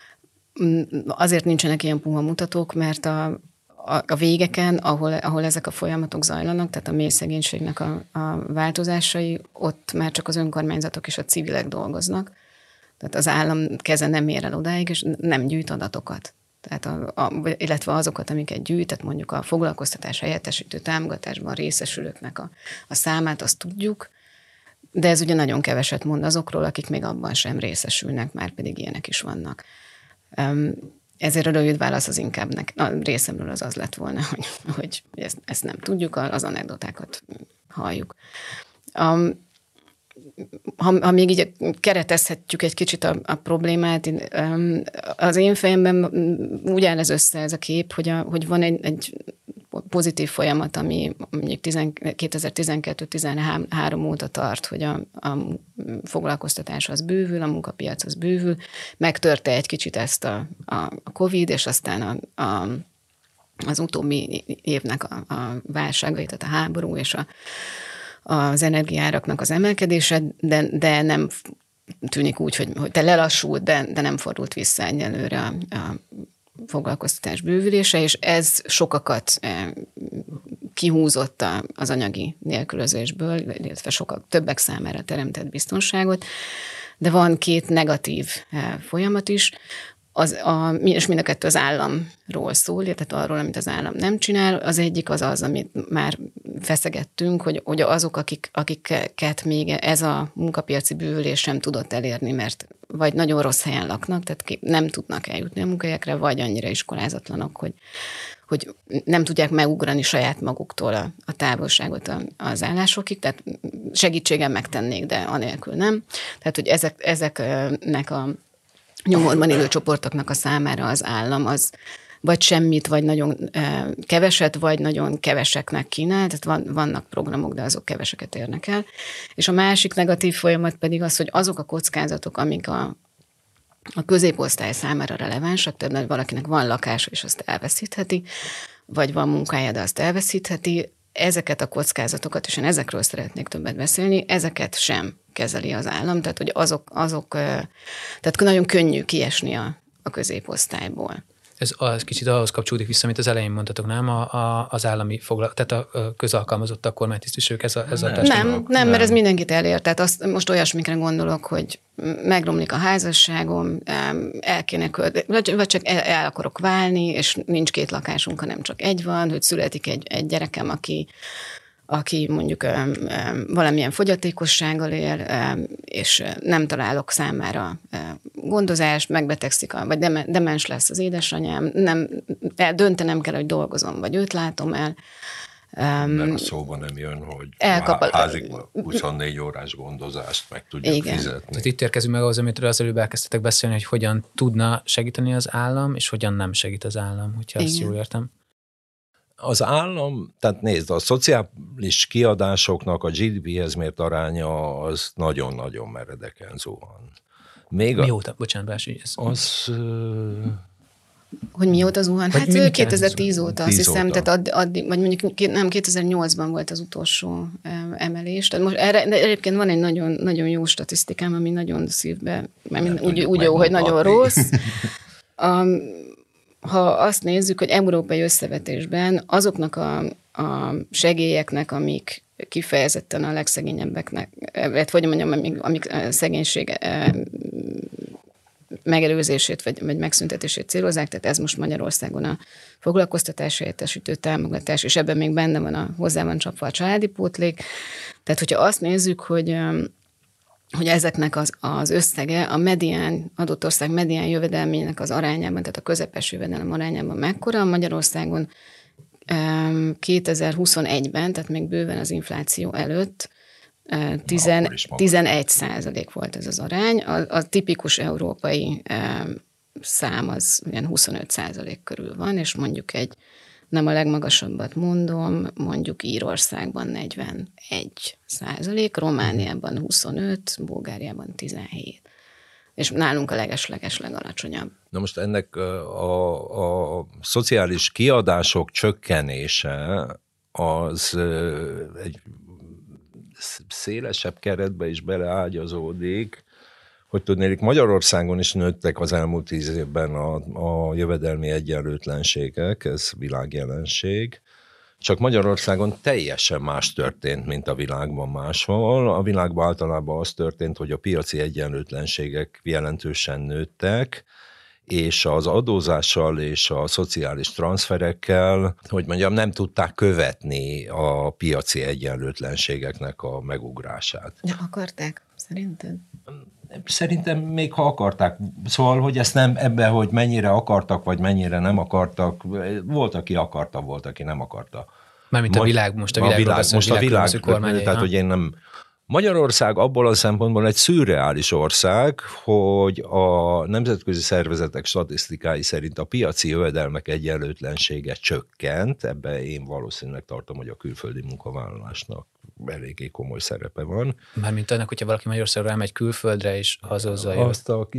Azért nincsenek ilyen puha mutatók, mert a, a, a végeken, ahol, ahol ezek a folyamatok zajlanak, tehát a mély szegénységnek a, a változásai, ott már csak az önkormányzatok és a civilek dolgoznak. Tehát az állam keze nem ér el odáig, és nem gyűjt adatokat. Tehát a, a, illetve azokat, amiket gyűjtett, mondjuk a foglalkoztatás helyettesítő támogatásban részesülőknek a, a számát, azt tudjuk, de ez ugye nagyon keveset mond azokról, akik még abban sem részesülnek, már pedig ilyenek is vannak. Um, ezért a rövid válasz az inkább nek, a részemről az az lett volna, hogy, hogy ezt, ezt nem tudjuk, az anekdotákat halljuk. Um, Ha, ha még így keretezhetjük egy kicsit a, a problémát, az én fejemben úgy áll ez össze ez a kép, hogy, a, hogy van egy, egy pozitív folyamat, ami mondjuk kétezer-tizenkettő tizenhárom óta tart, hogy a, a foglalkoztatás az bővül, a munkapiac az bővül, megtörte egy kicsit ezt a, a Covid, és aztán a, a, az utóbbi évnek a, a válságai, tehát a háború és a az energiaáraknak az emelkedése, de, de nem tűnik úgy, hogy, hogy te lelassult, de, de nem fordult vissza egyelőre a, a foglalkoztatás bővülése, és ez sokakat kihúzott az anyagi nélkülözésből, illetve sokak, többek számára teremtett biztonságot, de van két negatív folyamat is, az a, és mind a kettő az államról szól, tehát arról, amit az állam nem csinál. Az egyik az az, amit már feszegettünk, hogy, hogy azok, akik, akiket még ez a munkapiaci bővülés sem tudott elérni, mert vagy nagyon rossz helyen laknak, tehát nem tudnak eljutni a munkahelyekre, vagy annyira iskolázatlanok, hogy, hogy nem tudják megugrani saját maguktól a, a távolságot a, az állásokig, tehát segítségen megtennék, de anélkül nem. Tehát, hogy ezek, ezeknek a nyomorban élő csoportoknak a számára az állam az vagy semmit, vagy nagyon keveset, vagy nagyon keveseknek kínál, tehát van, vannak programok, de azok keveseket érnek el. És a másik negatív folyamat pedig az, hogy azok a kockázatok, amik a, a középosztály számára relevánsak, tehát valakinek van lakása, és azt elveszítheti, vagy van munkája, de azt elveszítheti, ezeket a kockázatokat, és én ezekről szeretnék többet beszélni, ezeket sem kezeli az állam, tehát hogy azok, azok tehát nagyon könnyű kiesni a, a középosztályból. Ez az kicsit ahhoz kapcsolódik vissza, amit az elején mondtatok, nem? A, a, az állami foglal, tehát a közalkalmazottak, kormánytisztviselők, ez a, ez a nem, nem, nem, nem, mert ez mindenkit elér. Tehát azt, most olyasmikre gondolok, hogy megromlik a házasságom, el kéne költ, vagy, vagy csak el, el akarok válni, és nincs két lakásunk, hanem csak egy van, hogy születik egy, egy gyerekem, aki aki mondjuk um, um, valamilyen fogyatékossággal él, um, és nem találok számára um, gondozást, megbetegszik, vagy demens lesz az édesanyám, nem, döntenem kell, hogy dolgozom, vagy őt látom el. Um, Mert a szóban nem jön, hogy elkap, házikban huszonnégy órás gondozást meg tudják igen. fizetni. Tehát itt érkezünk meg ahhoz, amitről az előbb elkezdtetek beszélni, hogy hogyan tudna segíteni az állam, és hogyan nem segít az állam, hogyha igen. ezt jól értem. Az állam, tehát nézd, a szociális kiadásoknak a gé dé péhez mért aránya az nagyon-nagyon meredeken zuhan. Még mióta? A, Bocsánat, Bási, ez... Az... Uh, hogy mióta zuhan? Hát mi, kétezer-tíz óta, azt hiszem, óta. Tehát addig, vagy mondjuk nem, kétezer-nyolcban volt az utolsó emelés. Tehát most erre, de egyébként van egy nagyon, nagyon jó statisztikám, ami nagyon szívbe, mert úgy, úgy jó, hogy nagyon rossz. Um, Ha azt nézzük, hogy európai összevetésben azoknak a, a segélyeknek, amik kifejezetten a legszegényebbeknek, vagy mondjam, amik, amik szegénység megelőzését vagy, vagy megszüntetését célozzák, tehát ez most Magyarországon a foglalkoztatási helyettesítő támogatás, és ebben még benne van a, hozzá van csapva a családi pótlék. Tehát, hogyha azt nézzük, hogy hogy ezeknek az, az összege a medián, adott ország medián jövedelmének az arányában, tehát a közepes jövedelem arányában mekkora. Magyarországon kétezer-huszonegyben, tehát még bőven az infláció előtt, tizenegy százalék volt ez az arány. A, a tipikus európai szám az ilyen huszonöt százalék körül van, és mondjuk egy, nem a legmagasabbat mondom, mondjuk Írországban negyvenegy százalék, Romániában huszonöt, Bulgáriában tizenhét. És nálunk a leges-leges legalacsonyabb. Na most ennek a, a szociális kiadások csökkenése az egy szélesebb keretbe is beleágyazódik, hogy tudnélik, Magyarországon is nőttek az elmúlt tíz évben a, a jövedelmi egyenlőtlenségek, ez világjelenség, csak Magyarországon teljesen más történt, mint a világban máshol. A világban általában az történt, hogy a piaci egyenlőtlenségek jelentősen nőttek, és az adózással és a szociális transferekkel, hogy mondjam, nem tudták követni a piaci egyenlőtlenségeknek a megugrását. De akarták, szerinted? Szerintem még ha akarták, szóval, hogy ezt nem ebben, hogy mennyire akartak, vagy mennyire nem akartak, volt, aki akarta, volt, aki nem akarta. Mármint a világ, most a világ, a világ most a világ, tehát, ha? hogy én nem... Magyarország abból a szempontból egy szürreális ország, hogy a nemzetközi szervezetek statisztikái szerint a piaci jövedelmek egyenlőtlensége csökkent, ebben én valószínűleg tartom, hogy a külföldi munkavállalásnak eléggé komoly szerepe van. Mármint annak, hogyha valaki Magyarországra elmegy külföldre, és hazahozza jön. Azt a,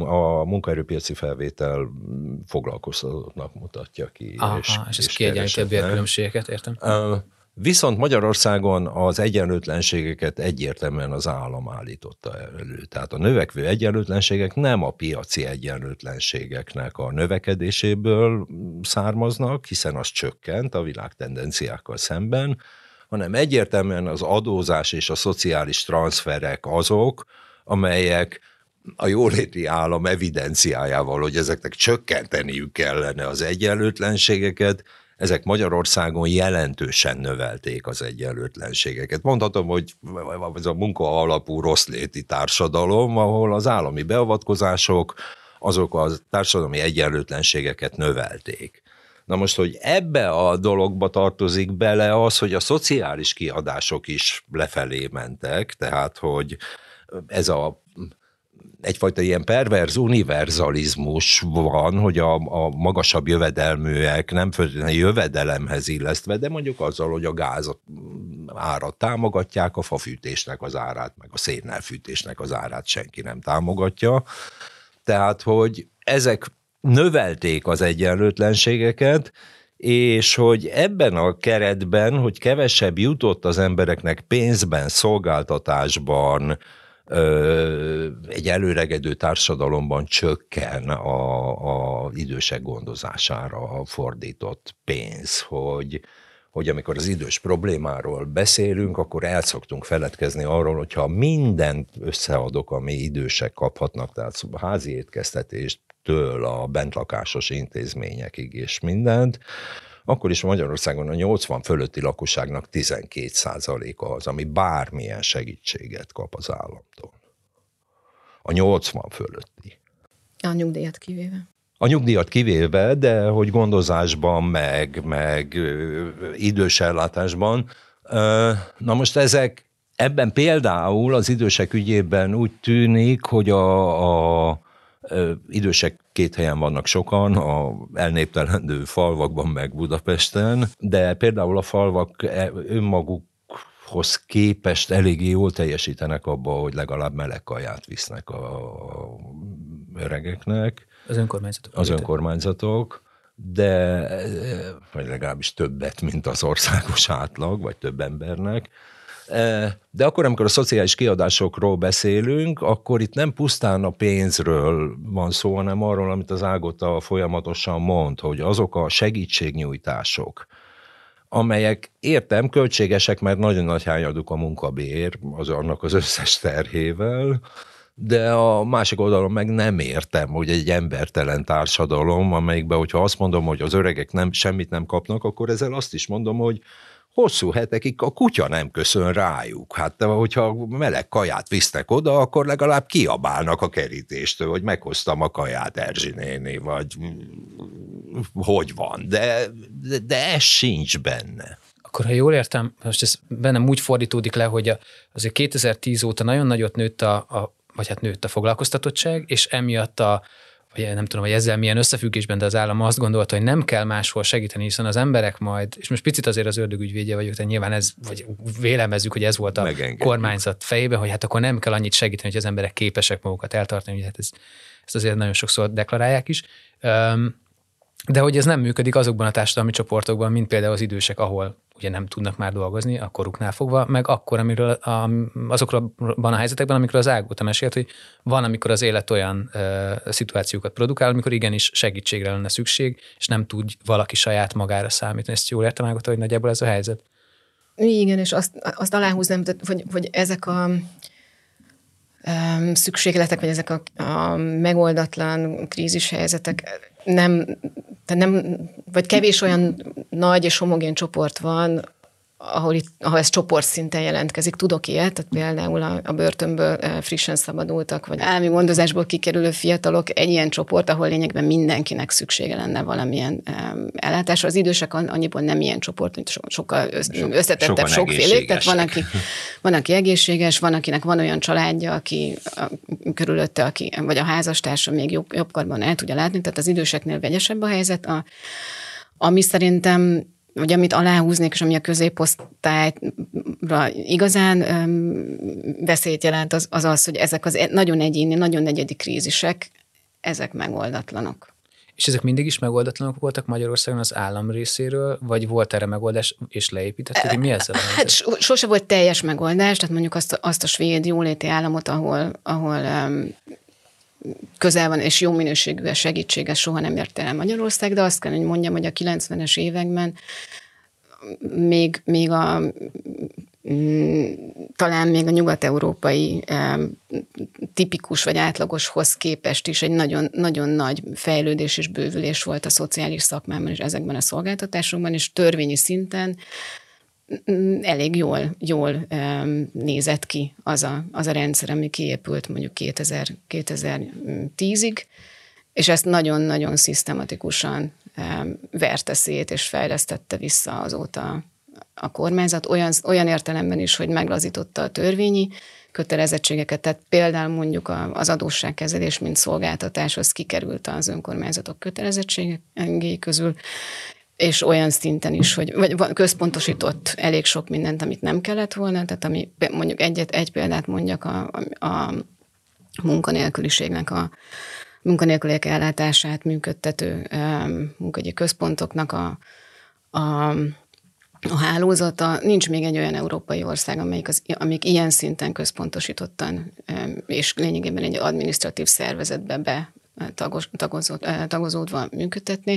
a munkaerőpiaci felvétel foglalkoztatottnak mutatja ki. Aha, és, és ez kiegyenlíti a bérkülönbségeket, értem? Uh, Viszont Magyarországon az egyenlőtlenségeket egyértelműen az állam állította elő. Tehát a növekvő egyenlőtlenségek nem a piaci egyenlőtlenségeknek a növekedéséből származnak, hiszen az csökkent a világ tendenciákkal szemben, hanem egyértelműen az adózás és a szociális transferek azok, amelyek a jóléti állam evidenciájával, hogy ezeknek csökkenteniük kellene az egyenlőtlenségeket, ezek Magyarországon jelentősen növelték az egyenlőtlenségeket. Mondhatom, hogy ez a munka alapú rosszléti társadalom, ahol az állami beavatkozások azok a társadalmi egyenlőtlenségeket növelték. Na most, hogy ebbe a dologba tartozik bele az, hogy a szociális kiadások is lefelé mentek, tehát, hogy ez a egyfajta ilyen perverz univerzalizmus van, hogy a, a magasabb jövedelműek nem feltétlenül jövedelemhez illesztve, de mondjuk azzal, hogy a gáz árat támogatják, a fafűtésnek az árát, meg a szénnelfűtésnek az árát senki nem támogatja. Tehát, hogy ezek növelték az egyenlőtlenségeket, és hogy ebben a keretben, hogy kevesebb jutott az embereknek pénzben, szolgáltatásban, egy előregedő társadalomban csökken a, a idősek gondozására fordított pénz, hogy, hogy amikor az idős problémáról beszélünk, akkor el szoktunk feledkezni arról, hogyha mindent összeadok, ami idősek kaphatnak, tehát a házi étkeztetéstől a bentlakásos intézményekig és mindent, akkor is Magyarországon a nyolcvan fölötti lakosságnak tizenkét százaléka az, ami bármilyen segítséget kap az államtól. A nyolcvan fölötti. A nyugdíjat kivéve. A nyugdíjat kivéve, de hogy gondozásban, meg, meg idős ellátásban. Na most ezek, ebben például az idősek ügyében úgy tűnik, hogy a, a idősek két helyen vannak sokan, a elnéptelendő falvakban meg Budapesten, de például a falvak önmagukhoz képest eléggé jól teljesítenek abba, hogy legalább meleg kaját visznek a öregeknek. Az önkormányzatok. Az önkormányzatok, de vagy legalábbis többet, mint az országos átlag, vagy több embernek. De akkor, amikor a szociális kiadásokról beszélünk, akkor itt nem pusztán a pénzről van szó, hanem arról, amit az Ágota folyamatosan mond, hogy azok a segítségnyújtások, amelyek értem, költségesek, mert nagyon nagy hányaduk a munkabér, az annak az összes terhével, de a másik oldalon meg nem értem, hogy egy embertelen társadalom, amelyikben, hogyha azt mondom, hogy az öregek nem, semmit nem kapnak, akkor ezzel azt is mondom, hogy hosszú hetekig a kutya nem köszön rájuk. Hát, hogyha meleg kaját visznek oda, akkor legalább kiabálnak a kerítéstől, hogy meghoztam a kaját, Erzsi néni, vagy hogy van. De, de, de ez sincs benne. Akkor, ha jól értem, most ez bennem úgy fordítódik le, hogy azért kétezer-tíz óta nagyon nagyot nőtt a, a vagy hát nőtt a foglalkoztatottság, és emiatt a vagy nem tudom, hogy ezzel milyen összefüggésben, de az állam azt gondolta, hogy nem kell máshol segíteni, hiszen az emberek majd, és most picit azért az ördög ügyvédje vagyok, tehát nyilván ez, vagy vélemezzük, hogy ez volt a kormányzat fejében, hogy hát akkor nem kell annyit segíteni, hogy az emberek képesek magukat eltartani, hogy hát ez, ezt azért nagyon sokszor deklarálják is. De hogy ez nem működik azokban a társadalmi csoportokban, mint például az idősek, ahol ugye nem tudnak már dolgozni, a koruknál fogva, meg akkor, amiről a, azokban a helyzetekben, amikor az Ágota mesélt, hogy van, amikor az élet olyan ö, szituációkat produkál, amikor igenis segítségre lenne szükség, és nem tud valaki saját magára számítani. Ezt jól értem, Ágota, hogy nagyjából ez a helyzet? Igen, és azt, azt aláhúznám, hogy, hogy ezek a um, szükségletek, vagy ezek a, a megoldatlan krízishelyzetek nem, nem, vagy kevés olyan nagy és homogén csoport van, ahol, itt, ahol ez csoportszinten jelentkezik. Tudok ilyet, tehát például a, a börtönből frissen szabadultak, vagy állami gondozásból kikerülő fiatalok, egy ilyen csoport, ahol lényegben mindenkinek szüksége lenne valamilyen um, ellátásra. Az idősek annyiból nem ilyen csoport, mint so, sokkal összetettebb, sokfélék. Tehát van aki, van, aki egészséges, van, akinek van olyan családja, aki a, körülötte, aki, vagy a házastársa még jobb, jobb karban el tudja látni, tehát az időseknél vegyesebb a helyzet. A, ami szerintem vagy amit aláhúznék, és ami a középosztályra igazán öm, veszélyt jelent, az, az az, hogy ezek az nagyon egyéni, nagyon egyedi krízisek, ezek megoldatlanok. És ezek mindig is megoldatlanok voltak Magyarországon az állam részéről, vagy volt erre megoldás, és leépítették, hogy mi ezzel? Hát sose volt teljes megoldás, tehát mondjuk azt, azt a svéd jóléti államot, ahol, ahol um, közel van, és jó minőségű a segítség, ez soha nem ért el Magyarország, de azt kell, hogy mondjam, hogy a kilencvenes években még, még a talán még a nyugat-európai tipikus vagy átlagoshoz képest is egy nagyon, nagyon nagy fejlődés és bővülés volt a szociális szakmában és ezekben a szolgáltatásokban, és törvényi szinten elég jól, jól nézett ki az a, az a rendszer, ami kiépült mondjuk kétezer-tízig, és ezt nagyon-nagyon szisztematikusan verte szét és fejlesztette vissza azóta a kormányzat, olyan, olyan értelemben is, hogy meglazította a törvényi kötelezettségeket, tehát például mondjuk az adósságkezelés, mint szolgáltatás, az kikerült az önkormányzatok kötelezettségei közül, és olyan szinten is, hogy vagy központosított elég sok mindent, amit nem kellett volna, tehát ami mondjuk egyet, egy példát mondjak a, a, a munkanélküliségnek, a munkanélküliek ellátását működtető um, munkahogyi központoknak a, a a hálózata. Nincs még egy olyan európai ország, amelyik, az, amelyik ilyen szinten központosítottan és lényegében egy adminisztratív szervezetbe be tagos, tagozód, tagozódva működtetni.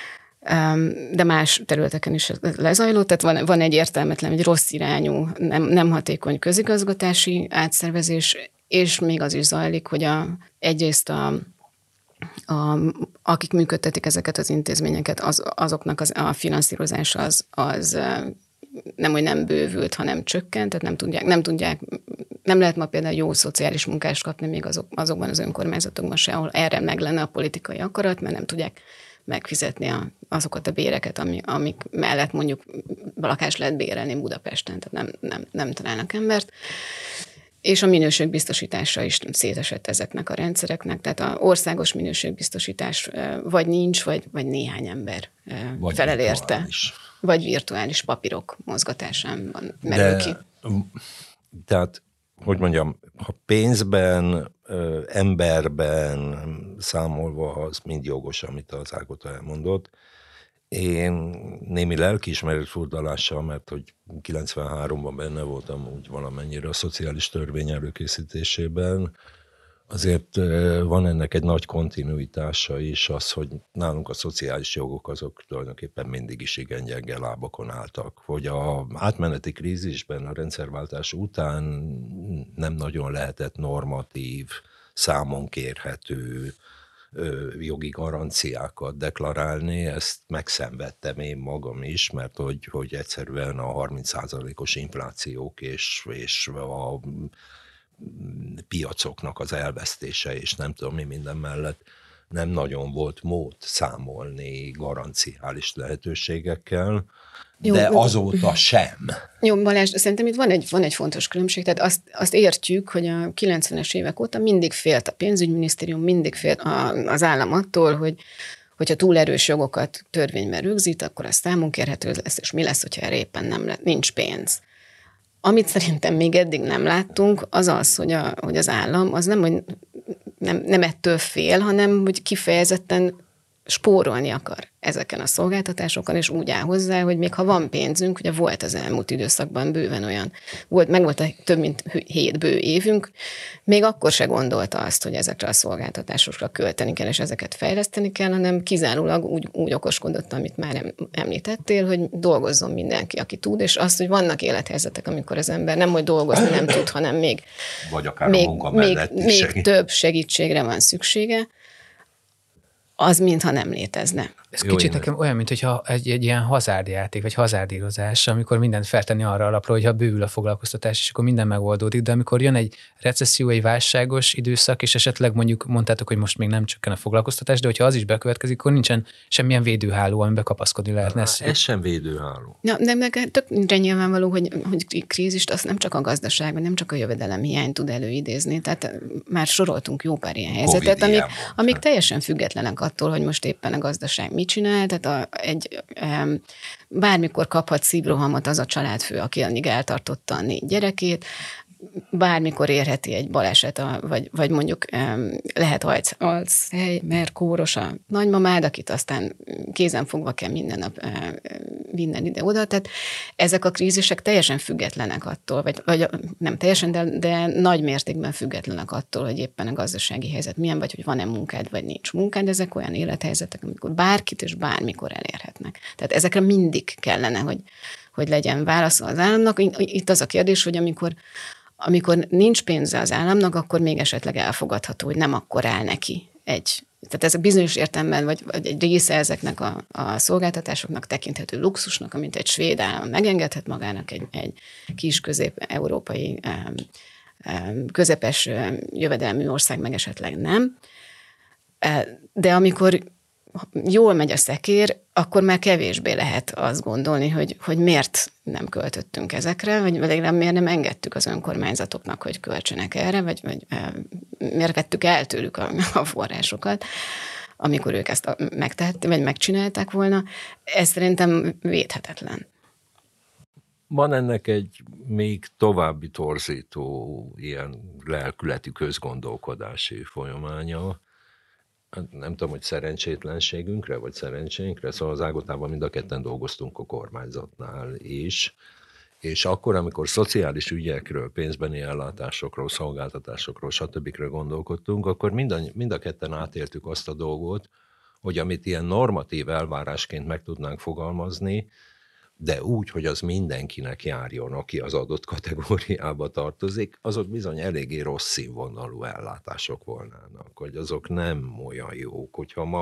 De más területeken is lezajlott, tehát van, van egy értelmetlen, egy rossz irányú, nem, nem hatékony közigazgatási átszervezés, és még az is zajlik, hogy a, egyrészt a, a, akik működtetik ezeket az intézményeket, az, azoknak az, a finanszírozása az, az nem, hogy nem bővült, hanem csökkent, tehát nem tudják, nem tudják, nem lehet ma például jó szociális munkást kapni még azok, azokban az önkormányzatokban se, ahol erre meg lenne a politikai akarat, mert nem tudják megfizetni a, azokat a béreket, ami, amik mellett mondjuk lakást lehet bérelni Budapesten, tehát nem, nem, nem találnak embert. És a minőségbiztosítása is szétesett ezeknek a rendszereknek, tehát az országos minőségbiztosítás vagy nincs, vagy, vagy néhány ember vagy felel érte. Vagy virtuális papírok mozgatásában merül ki. Tehát, hogy mondjam, ha pénzben, emberben számolva, az mind jogos, amit az Ágota elmondott. Én némi lelkiismeret furdalással, mert hogy kilencvenháromban benne voltam úgy valamennyire a szociális törvény előkészítésében, azért van ennek egy nagy kontinuitása is, az, hogy nálunk a szociális jogok azok tulajdonképpen mindig is igen gyenge lábakon álltak. Hogy a átmeneti krízisben, a rendszerváltás után nem nagyon lehetett normatív, számon kérhető jogi garanciákat deklarálni, ezt megszenvedtem én magam is, mert hogy, hogy egyszerűen a harminc százalékos inflációk és, és a piacoknak az elvesztése, és nem tudom mi minden mellett nem nagyon volt mód számolni garanciális lehetőségekkel, jó, de azóta sem. Jó, Balázs, szerintem itt van egy, van egy fontos különbség, tehát azt, azt értjük, hogy a kilencvenes évek óta mindig félt a pénzügyminisztérium, mindig félt az állam attól, hogy hogyha túl erős jogokat törvényben rögzít, akkor az számon kérhető lesz, és mi lesz, hogyha erre éppen nem lett, nincs pénz. Amit szerintem még eddig nem láttunk, az az, hogy, a, hogy az állam az nem, hogy nem, nem ettől fél, hanem hogy kifejezetten spórolni akar ezeken a szolgáltatásokon, és úgy áll hozzá, hogy még ha van pénzünk, ugye volt az elmúlt időszakban bőven olyan, volt, meg volt a több mint hét bő évünk, még akkor se gondolta azt, hogy ezekre a szolgáltatásokra költeni kell, és ezeket fejleszteni kell, hanem kizárólag úgy, úgy okoskodott, amit már említettél, hogy dolgozzon mindenki, aki tud, és azt, hogy vannak élethelyzetek, amikor az ember nem, hogy dolgozni nem tud, hanem még, vagy akár még, a munka még, még segít. több segítségre van szüksége, az mintha nem létezne. Ez Jó, kicsit nekem olyan, mintha egy, egy ilyen hazárdjáték, vagy hazárdírozás, amikor mindent feltenni arra alapra, hogyha bővül a foglalkoztatás, és akkor minden megoldódik, de amikor jön egy recesszió, egy válságos időszak, és esetleg mondjuk mondtátok, hogy most még nem csökken a foglalkoztatás, de hogyha az is bekövetkezik, akkor nincsen semmilyen védőháló, amiben kapaszkodni lehetne. Ez, ez sem védőháló. Ja, de meg tökre nyilvánvaló, hogy, hogy krízist azt nem csak a gazdaság, vagy nem csak a jövedelem hiány tud előidézni. Tehát már soroltunk jó pár ilyen helyzetet, amik, amik teljesen függetlenek attól, hogy most éppen a gazdaság mit csinál, tehát a, egy, um, bármikor kaphat szívrohamot az a családfő, aki addig eltartotta a négy gyerekét, bármikor érheti egy baleset, a, vagy, vagy mondjuk um, lehet Alzheimer kóros a nagymamád, akit aztán kézen fogva kell minden nap uh, vinni ide-oda. Tehát ezek a krízisek teljesen függetlenek attól, vagy, vagy nem teljesen, de, de nagy mértékben függetlenek attól, hogy éppen a gazdasági helyzet milyen, vagy hogy van-e munkád, vagy nincs munkád. Ezek olyan élethelyzetek, amikor bárkit és bármikor elérhetnek. Tehát ezekre mindig kellene, hogy, hogy legyen válasz az államnak. Itt az a kérdés, hogy amikor Amikor nincs pénze az államnak, akkor még esetleg elfogadható, hogy nem akkor áll neki egy. Tehát ez a bizonyos értelemben, vagy, vagy egy része ezeknek a, a szolgáltatásoknak tekinthető luxusnak, amint egy svéd állam megengedhet magának, egy, egy kis közép-európai közepes jövedelmű ország meg esetleg nem. De amikor jól megy a szekér, akkor már kevésbé lehet azt gondolni, hogy, hogy miért nem költöttünk ezekre, vagy legalább miért nem engedtük az önkormányzatoknak, hogy költsenek erre, vagy, vagy miért vettük el tőlük a, a forrásokat, amikor ők ezt megtehették, vagy megcsinálták volna. Ez szerintem védhetetlen. Van ennek egy még további torzító, ilyen lelkületi közgondolkodási folyamánya. Nem tudom, hogy szerencsétlenségünkre, vagy szerencsénkre, szóval az Ágotában mind a ketten dolgoztunk a kormányzatnál is, és akkor, amikor szociális ügyekről, pénzbeni ellátásokról, szolgáltatásokról, stb. Gondolkodtunk, akkor mind a, mind a ketten átéltük azt a dolgot, hogy amit ilyen normatív elvárásként meg tudnánk fogalmazni, de úgy, hogy az mindenkinek járjon, aki az adott kategóriába tartozik, azok bizony eléggé rossz színvonalú ellátások volnának, hogy azok nem olyan jók. Hogyha ma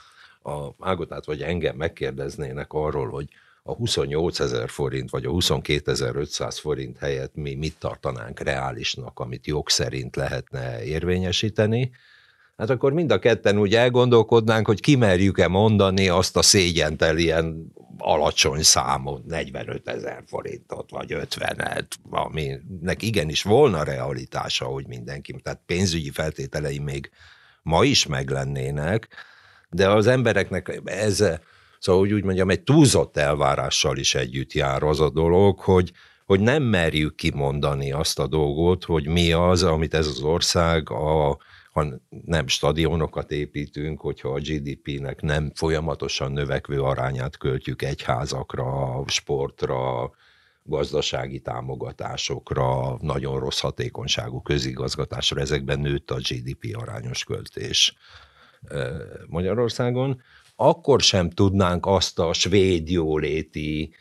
a Ágotát vagy engem megkérdeznének arról, hogy a huszonnyolcezer forint vagy a huszonkétezer-ötszáz forint helyett mi mit tartanánk reálisnak, amit jog szerint lehetne érvényesíteni, hát akkor mind a ketten úgy elgondolkodnánk, hogy kimerjük-e mondani azt a szégyentel ilyen alacsony számot, negyvenötezer forintot, vagy ötvenet, aminek igenis volna realitása, hogy mindenki, tehát pénzügyi feltételei még ma is meglennének, de az embereknek ez, szóval úgy mondjam, egy túlzott elvárással is együtt jár az a dolog, hogy, hogy nem merjük kimondani azt a dolgot, hogy mi az, amit ez az ország a ha nem stadionokat építünk, hogyha a gé dé pének nem folyamatosan növekvő arányát költjük egyházakra, sportra, gazdasági támogatásokra, nagyon rossz hatékonyságú közigazgatásra, ezekben nőtt a gé dé pé arányos költés Magyarországon, akkor sem tudnánk azt a svéd jóléti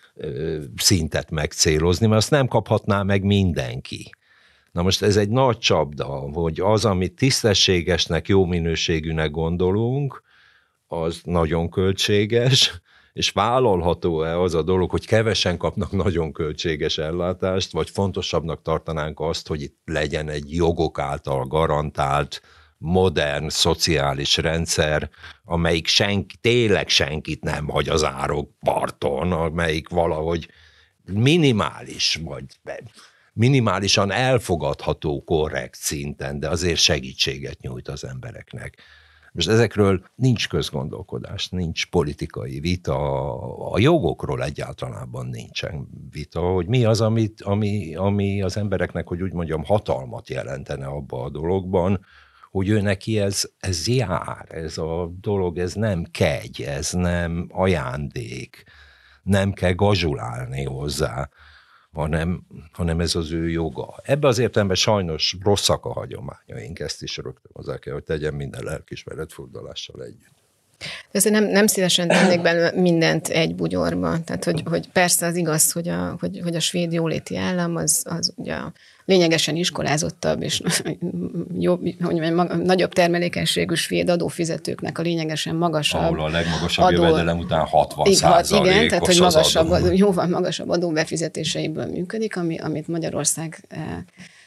szintet megcélozni, mert azt nem kaphatná meg mindenki. Na most ez egy nagy csapda, hogy az, amit tisztességesnek, jó minőségűnek gondolunk, az nagyon költséges, és vállalható-e az a dolog, hogy kevesen kapnak nagyon költséges ellátást, vagy fontosabbnak tartanánk azt, hogy itt legyen egy jogok által garantált, modern, szociális rendszer, amelyik senki, tényleg senkit nem hagy az árok parton, amelyik valahogy minimális, vagy minimálisan elfogadható, korrekt szinten, de azért segítséget nyújt az embereknek. Most ezekről nincs közgondolkodás, nincs politikai vita, a jogokról egyáltalában nincsen vita, hogy mi az, amit, ami, ami az embereknek, hogy úgy mondjam, hatalmat jelentene abba a dologban, hogy ő neki ez, ez jár, ez a dolog, ez nem kegy, ez nem ajándék, nem kell gazsulálni hozzá, hanem, hanem ez az ő joga. Ebben az értelemben sajnos rosszak a hagyományaink, ezt is rögtön hozzá kell, hogy tegyen minden lelkismeret furdalással együtt. Ezt nem, nem szívesen tennék benne mindent egy bugyorba. Tehát, hogy, hogy persze az igaz, hogy a, hogy, hogy a svéd jóléti állam az, az ugye lényegesen iskolázottabb, és jobb, hogy mondjam, nagyobb termelékenységű svéd adófizetőknek a lényegesen magasabb. Ahol a legmagasabb adó, jövedelem után hatvan százalékos igen, tehát hogy magasabb, adó. jóval magasabb adóbefizetéseiből működik, ami, amit Magyarország e,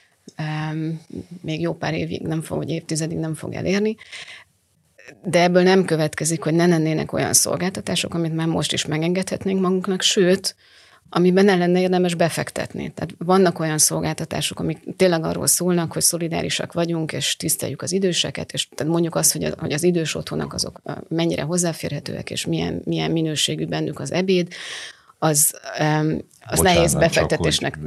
e, még jó pár évig nem fog, vagy évtizedig nem fog elérni. De ebből nem következik, hogy ne lennének olyan szolgáltatások, amit már most is megengedhetnénk magunknak, sőt, amiben ne lenne érdemes befektetni. Tehát vannak olyan szolgáltatások, amik tényleg arról szólnak, hogy szolidárisak vagyunk, és tiszteljük az időseket, és tehát mondjuk azt, hogy, hogy az idős otthonok azok mennyire hozzáférhetőek, és milyen, milyen minőségű bennük az ebéd, az, az Bocsánat, nehéz befektetésnek.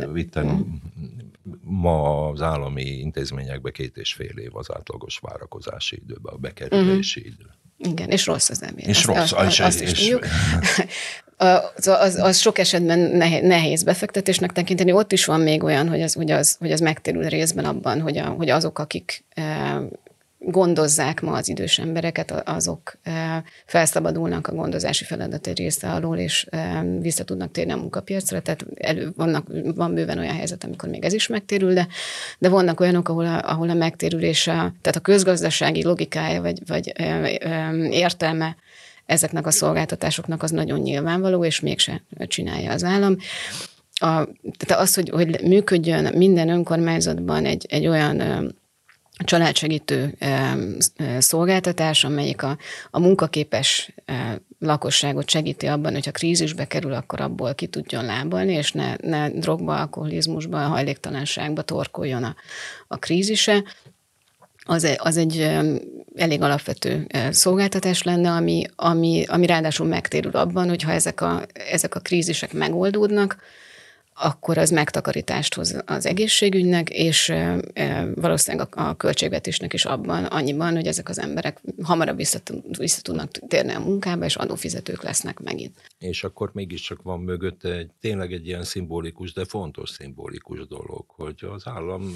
Ma az állami intézményekben két és fél év az átlagos várakozási időben, a bekerülési uh-huh. idő. Igen, és rossz az ebéd. És azt, rossz. Azt, azt is tudjuk. Az, az, az sok esetben nehéz befektetésnek tekinteni. Ott is van még olyan, hogy az, hogy az, hogy az megtérül részben abban, hogy, a, hogy azok, akik gondozzák ma az idős embereket, azok felszabadulnak a gondozási feladat egy része alól, és vissza tudnak térni a munkapiacra, tehát elő, vannak, van bőven olyan helyzet, amikor még ez is megtérül, de, de vannak olyanok, ahol a, ahol a megtérülés, a, tehát a közgazdasági logikája, vagy, vagy értelme ezeknek a szolgáltatásoknak az nagyon nyilvánvaló, és mégse csinálja az állam. A, tehát az, hogy, hogy működjön minden önkormányzatban egy, egy olyan családsegítő szolgáltatás, amelyik a, a munkaképes lakosságot segíti abban, hogyha krízisbe kerül, akkor abból ki tudjon lábalni, és ne, ne drogba, alkoholizmusba, hajléktalanságba torkoljon a, a krízise. Az, az egy elég alapvető szolgáltatás lenne, ami, ami, ami ráadásul megtérül abban, hogyha ezek a, ezek a krízisek megoldódnak, akkor az megtakarítást hoz az egészségügynek, és valószínűleg a költségvetésnek is abban, annyiban, hogy ezek az emberek hamarabb vissza, vissza tudnak térni a munkába, és adófizetők lesznek megint. És akkor mégiscsak van mögötte egy, tényleg egy ilyen szimbolikus, de fontos szimbolikus dolog, hogy az állam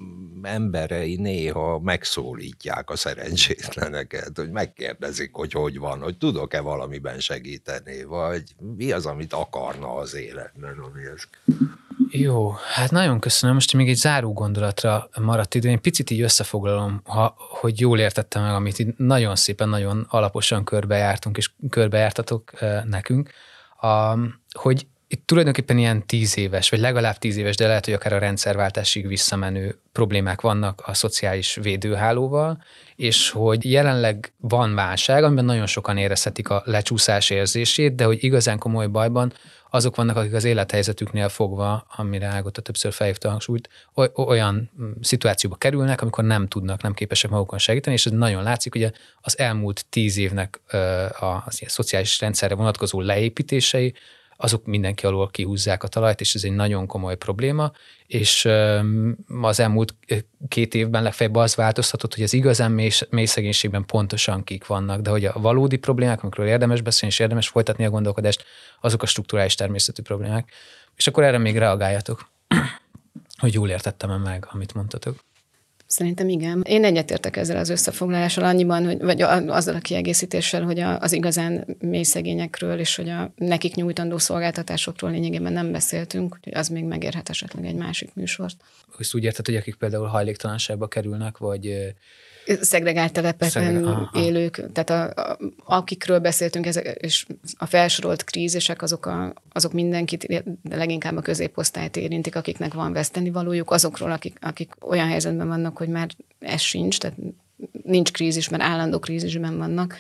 emberei néha megszólítják a szerencsétleneket, hogy megkérdezik, hogy hogy van, hogy tudok-e valamiben segíteni, vagy mi az, amit akarna az életben, ami ez. Jó, hát nagyon köszönöm. Most még egy záró gondolatra maradt idő. Én picit így összefoglalom, ha, hogy jól értettem meg, amit így nagyon szépen, nagyon alaposan körbejártunk, és körbejártatok uh, nekünk, a, hogy itt tulajdonképpen ilyen tíz éves, vagy legalább tíz éves, de lehet, hogy akár a rendszerváltásig visszamenő problémák vannak a szociális védőhálóval, és hogy jelenleg van válság, amiben nagyon sokan érezhetik a lecsúszás érzését, de hogy igazán komoly bajban azok vannak, akik az élethelyzetüknél fogva, amire Ágota többször felhívta a hangsúlyt, olyan szituációba kerülnek, amikor nem tudnak, nem képesek magukon segíteni, és ez nagyon látszik, hogy az elmúlt tíz évnek az ilyen szociális rendszerre vonatkozó leépítései, azok mindenki alól kihúzzák a talajt, és ez egy nagyon komoly probléma, és az elmúlt két évben legfeljebb az változtatott, hogy az igazán mély, mély szegénységben pontosan kik vannak, de hogy a valódi problémák, amikről érdemes beszélni, és érdemes folytatni a gondolkodást, azok a strukturális természetű problémák. És akkor erre még reagáljatok, hogy jól értettem meg, amit mondtatok. Szerintem igen. Én egyetértek ezzel az összefoglalással annyiban, hogy, vagy azzal a kiegészítéssel, hogy a, az igazán mély szegényekről és hogy a nekik nyújtandó szolgáltatásokról lényegében nem beszéltünk, hogy az még megérhet esetleg egy másik műsort. Ezt úgy érted, hogy akik például hajléktalanságba kerülnek, vagy szegregált telepeken Szegre... élők, tehát a, a, akikről beszéltünk, ezek, és a felsorolt krízisek, azok, a, azok mindenkit, de leginkább a középosztályt érintik, akiknek van vesztenivalójuk, azokról, akik, akik olyan helyzetben vannak, hogy már ez sincs, tehát nincs krízis, mert állandó krízisben vannak.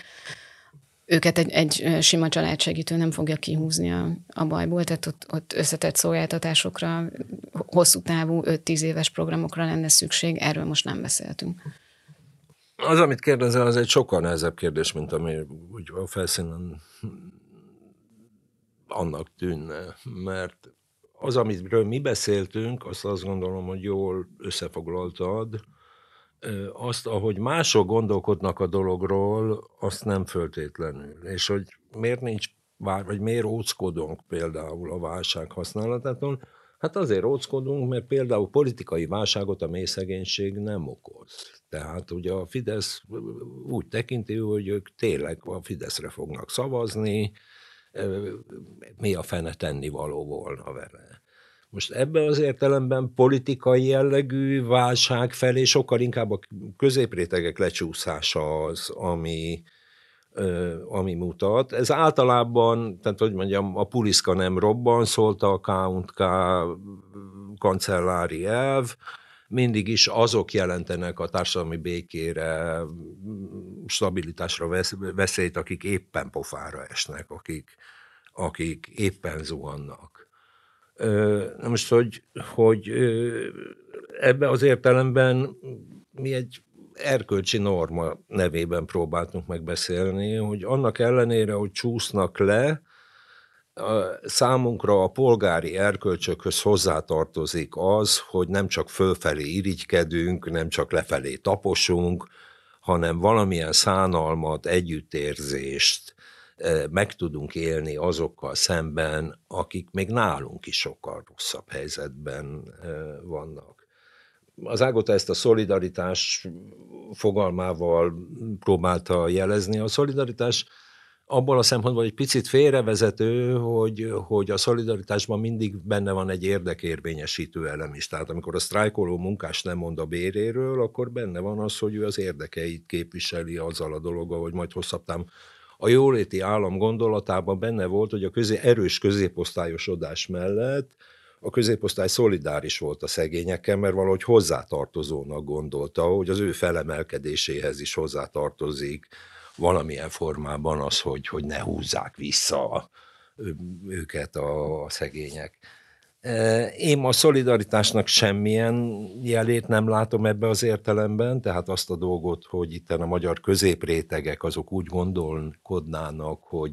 Őket egy, egy sima családsegítő nem fogja kihúzni a, a bajból, tehát ott, ott összetett szolgáltatásokra, hosszú távú, öt-tíz éves programokra lenne szükség, erről most nem beszéltünk. Az, amit kérdezel, az egy sokkal nehezebb kérdés, mint ami úgy a felszínen annak tűnne, mert az, amiről mi beszéltünk, azt azt gondolom, hogy jól összefoglaltad, azt, ahogy mások gondolkodnak a dologról, azt nem föltétlenül. És hogy miért nincs, vagy miért óckodunk például a válság használatától, hát azért óckodunk, mert például politikai válságot a mély szegénység nem okoz. Tehát ugye a Fidesz úgy tekinti, hogy ők tényleg a Fideszre fognak szavazni, mi a fene tennivaló volna vele. Most ebben az értelemben politikai jellegű válság felé sokkal inkább a középrétegek lecsúszása az, ami, ami mutat. Ez általában, tehát hogy mondjam, a puliszka nem robban, szólta a ká és ká kancellári elv, mindig is azok jelentenek a társadalmi békére, stabilitásra veszélyt, akik éppen pofára esnek, akik, akik éppen zuhannak. Na most, hogy, hogy ebben az értelemben mi egy erkölcsi norma nevében próbáltunk megbeszélni, hogy annak ellenére, hogy csúsznak le, számunkra a polgári erkölcsökhöz hozzátartozik az, hogy nem csak fölfelé irigykedünk, nem csak lefelé taposunk, hanem valamilyen szánalmat, együttérzést meg tudunk élni azokkal szemben, akik még nálunk is sokkal rosszabb helyzetben vannak. Az Ágota ezt a szolidaritás fogalmával próbálta jelezni. A szolidaritás abból a szempontból egy picit félrevezető, hogy, hogy a szolidaritásban mindig benne van egy érdekérvényesítő elem is. Tehát amikor a sztrájkoló munkás nem mond a béréről, akkor benne van az, hogy ő az érdekeit képviseli azzal a dologgal, hogy majd hosszabb távon. A jóléti állam gondolatában benne volt, hogy a közé, erős középosztályosodás mellett a középosztály szolidáris volt a szegényekkel, mert valahogy hozzátartozónak gondolta, hogy az ő felemelkedéséhez is hozzátartozik valamilyen formában az, hogy, hogy ne húzzák vissza őket a szegények. Én a szolidaritásnak semmilyen jelét nem látom ebbe az értelemben, tehát azt a dolgot, hogy itt a magyar középrétegek azok úgy gondolkodnának, hogy,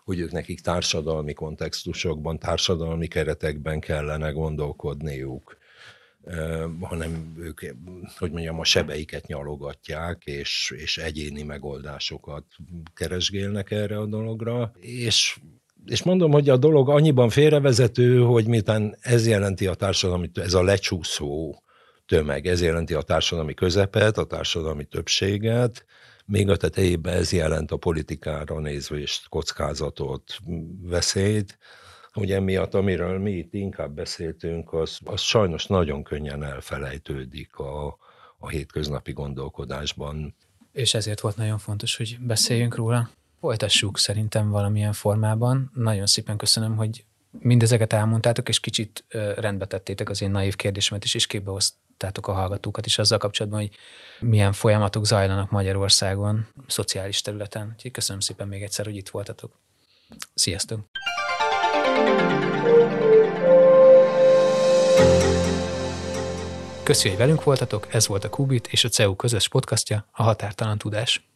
hogy ők nekik társadalmi kontextusokban, társadalmi keretekben kellene gondolkodniuk, hanem ők, hogy mondjam, a sebeiket nyalogatják, és, és egyéni megoldásokat keresgélnek erre a dologra. És, és mondom, hogy a dolog annyiban félrevezető, hogy miután ez jelenti a társadalmi, ez a lecsúszó tömeg, ez jelenti a társadalmi közepet, a társadalmi többséget, még a tetejében ez jelent a politikára nézvést, kockázatot, veszélyt, hogy emiatt, amiről mi itt inkább beszéltünk, az, az sajnos nagyon könnyen elfelejtődik a, a hétköznapi gondolkodásban. És ezért volt nagyon fontos, hogy beszéljünk róla. Folytassuk szerintem valamilyen formában. Nagyon szépen köszönöm, hogy mindezeket elmondtátok, és kicsit rendbe tettétek az én naív kérdésemet is, és képbe hoztátok a hallgatókat is azzal kapcsolatban, hogy milyen folyamatok zajlanak Magyarországon, szociális területen. Úgyhogy köszönöm szépen még egyszer, hogy itt voltatok. Sziasztok! Köszi, hogy velünk voltatok, ez volt a Qubit és a cé e u közös podcastja, a Határtalan Tudás.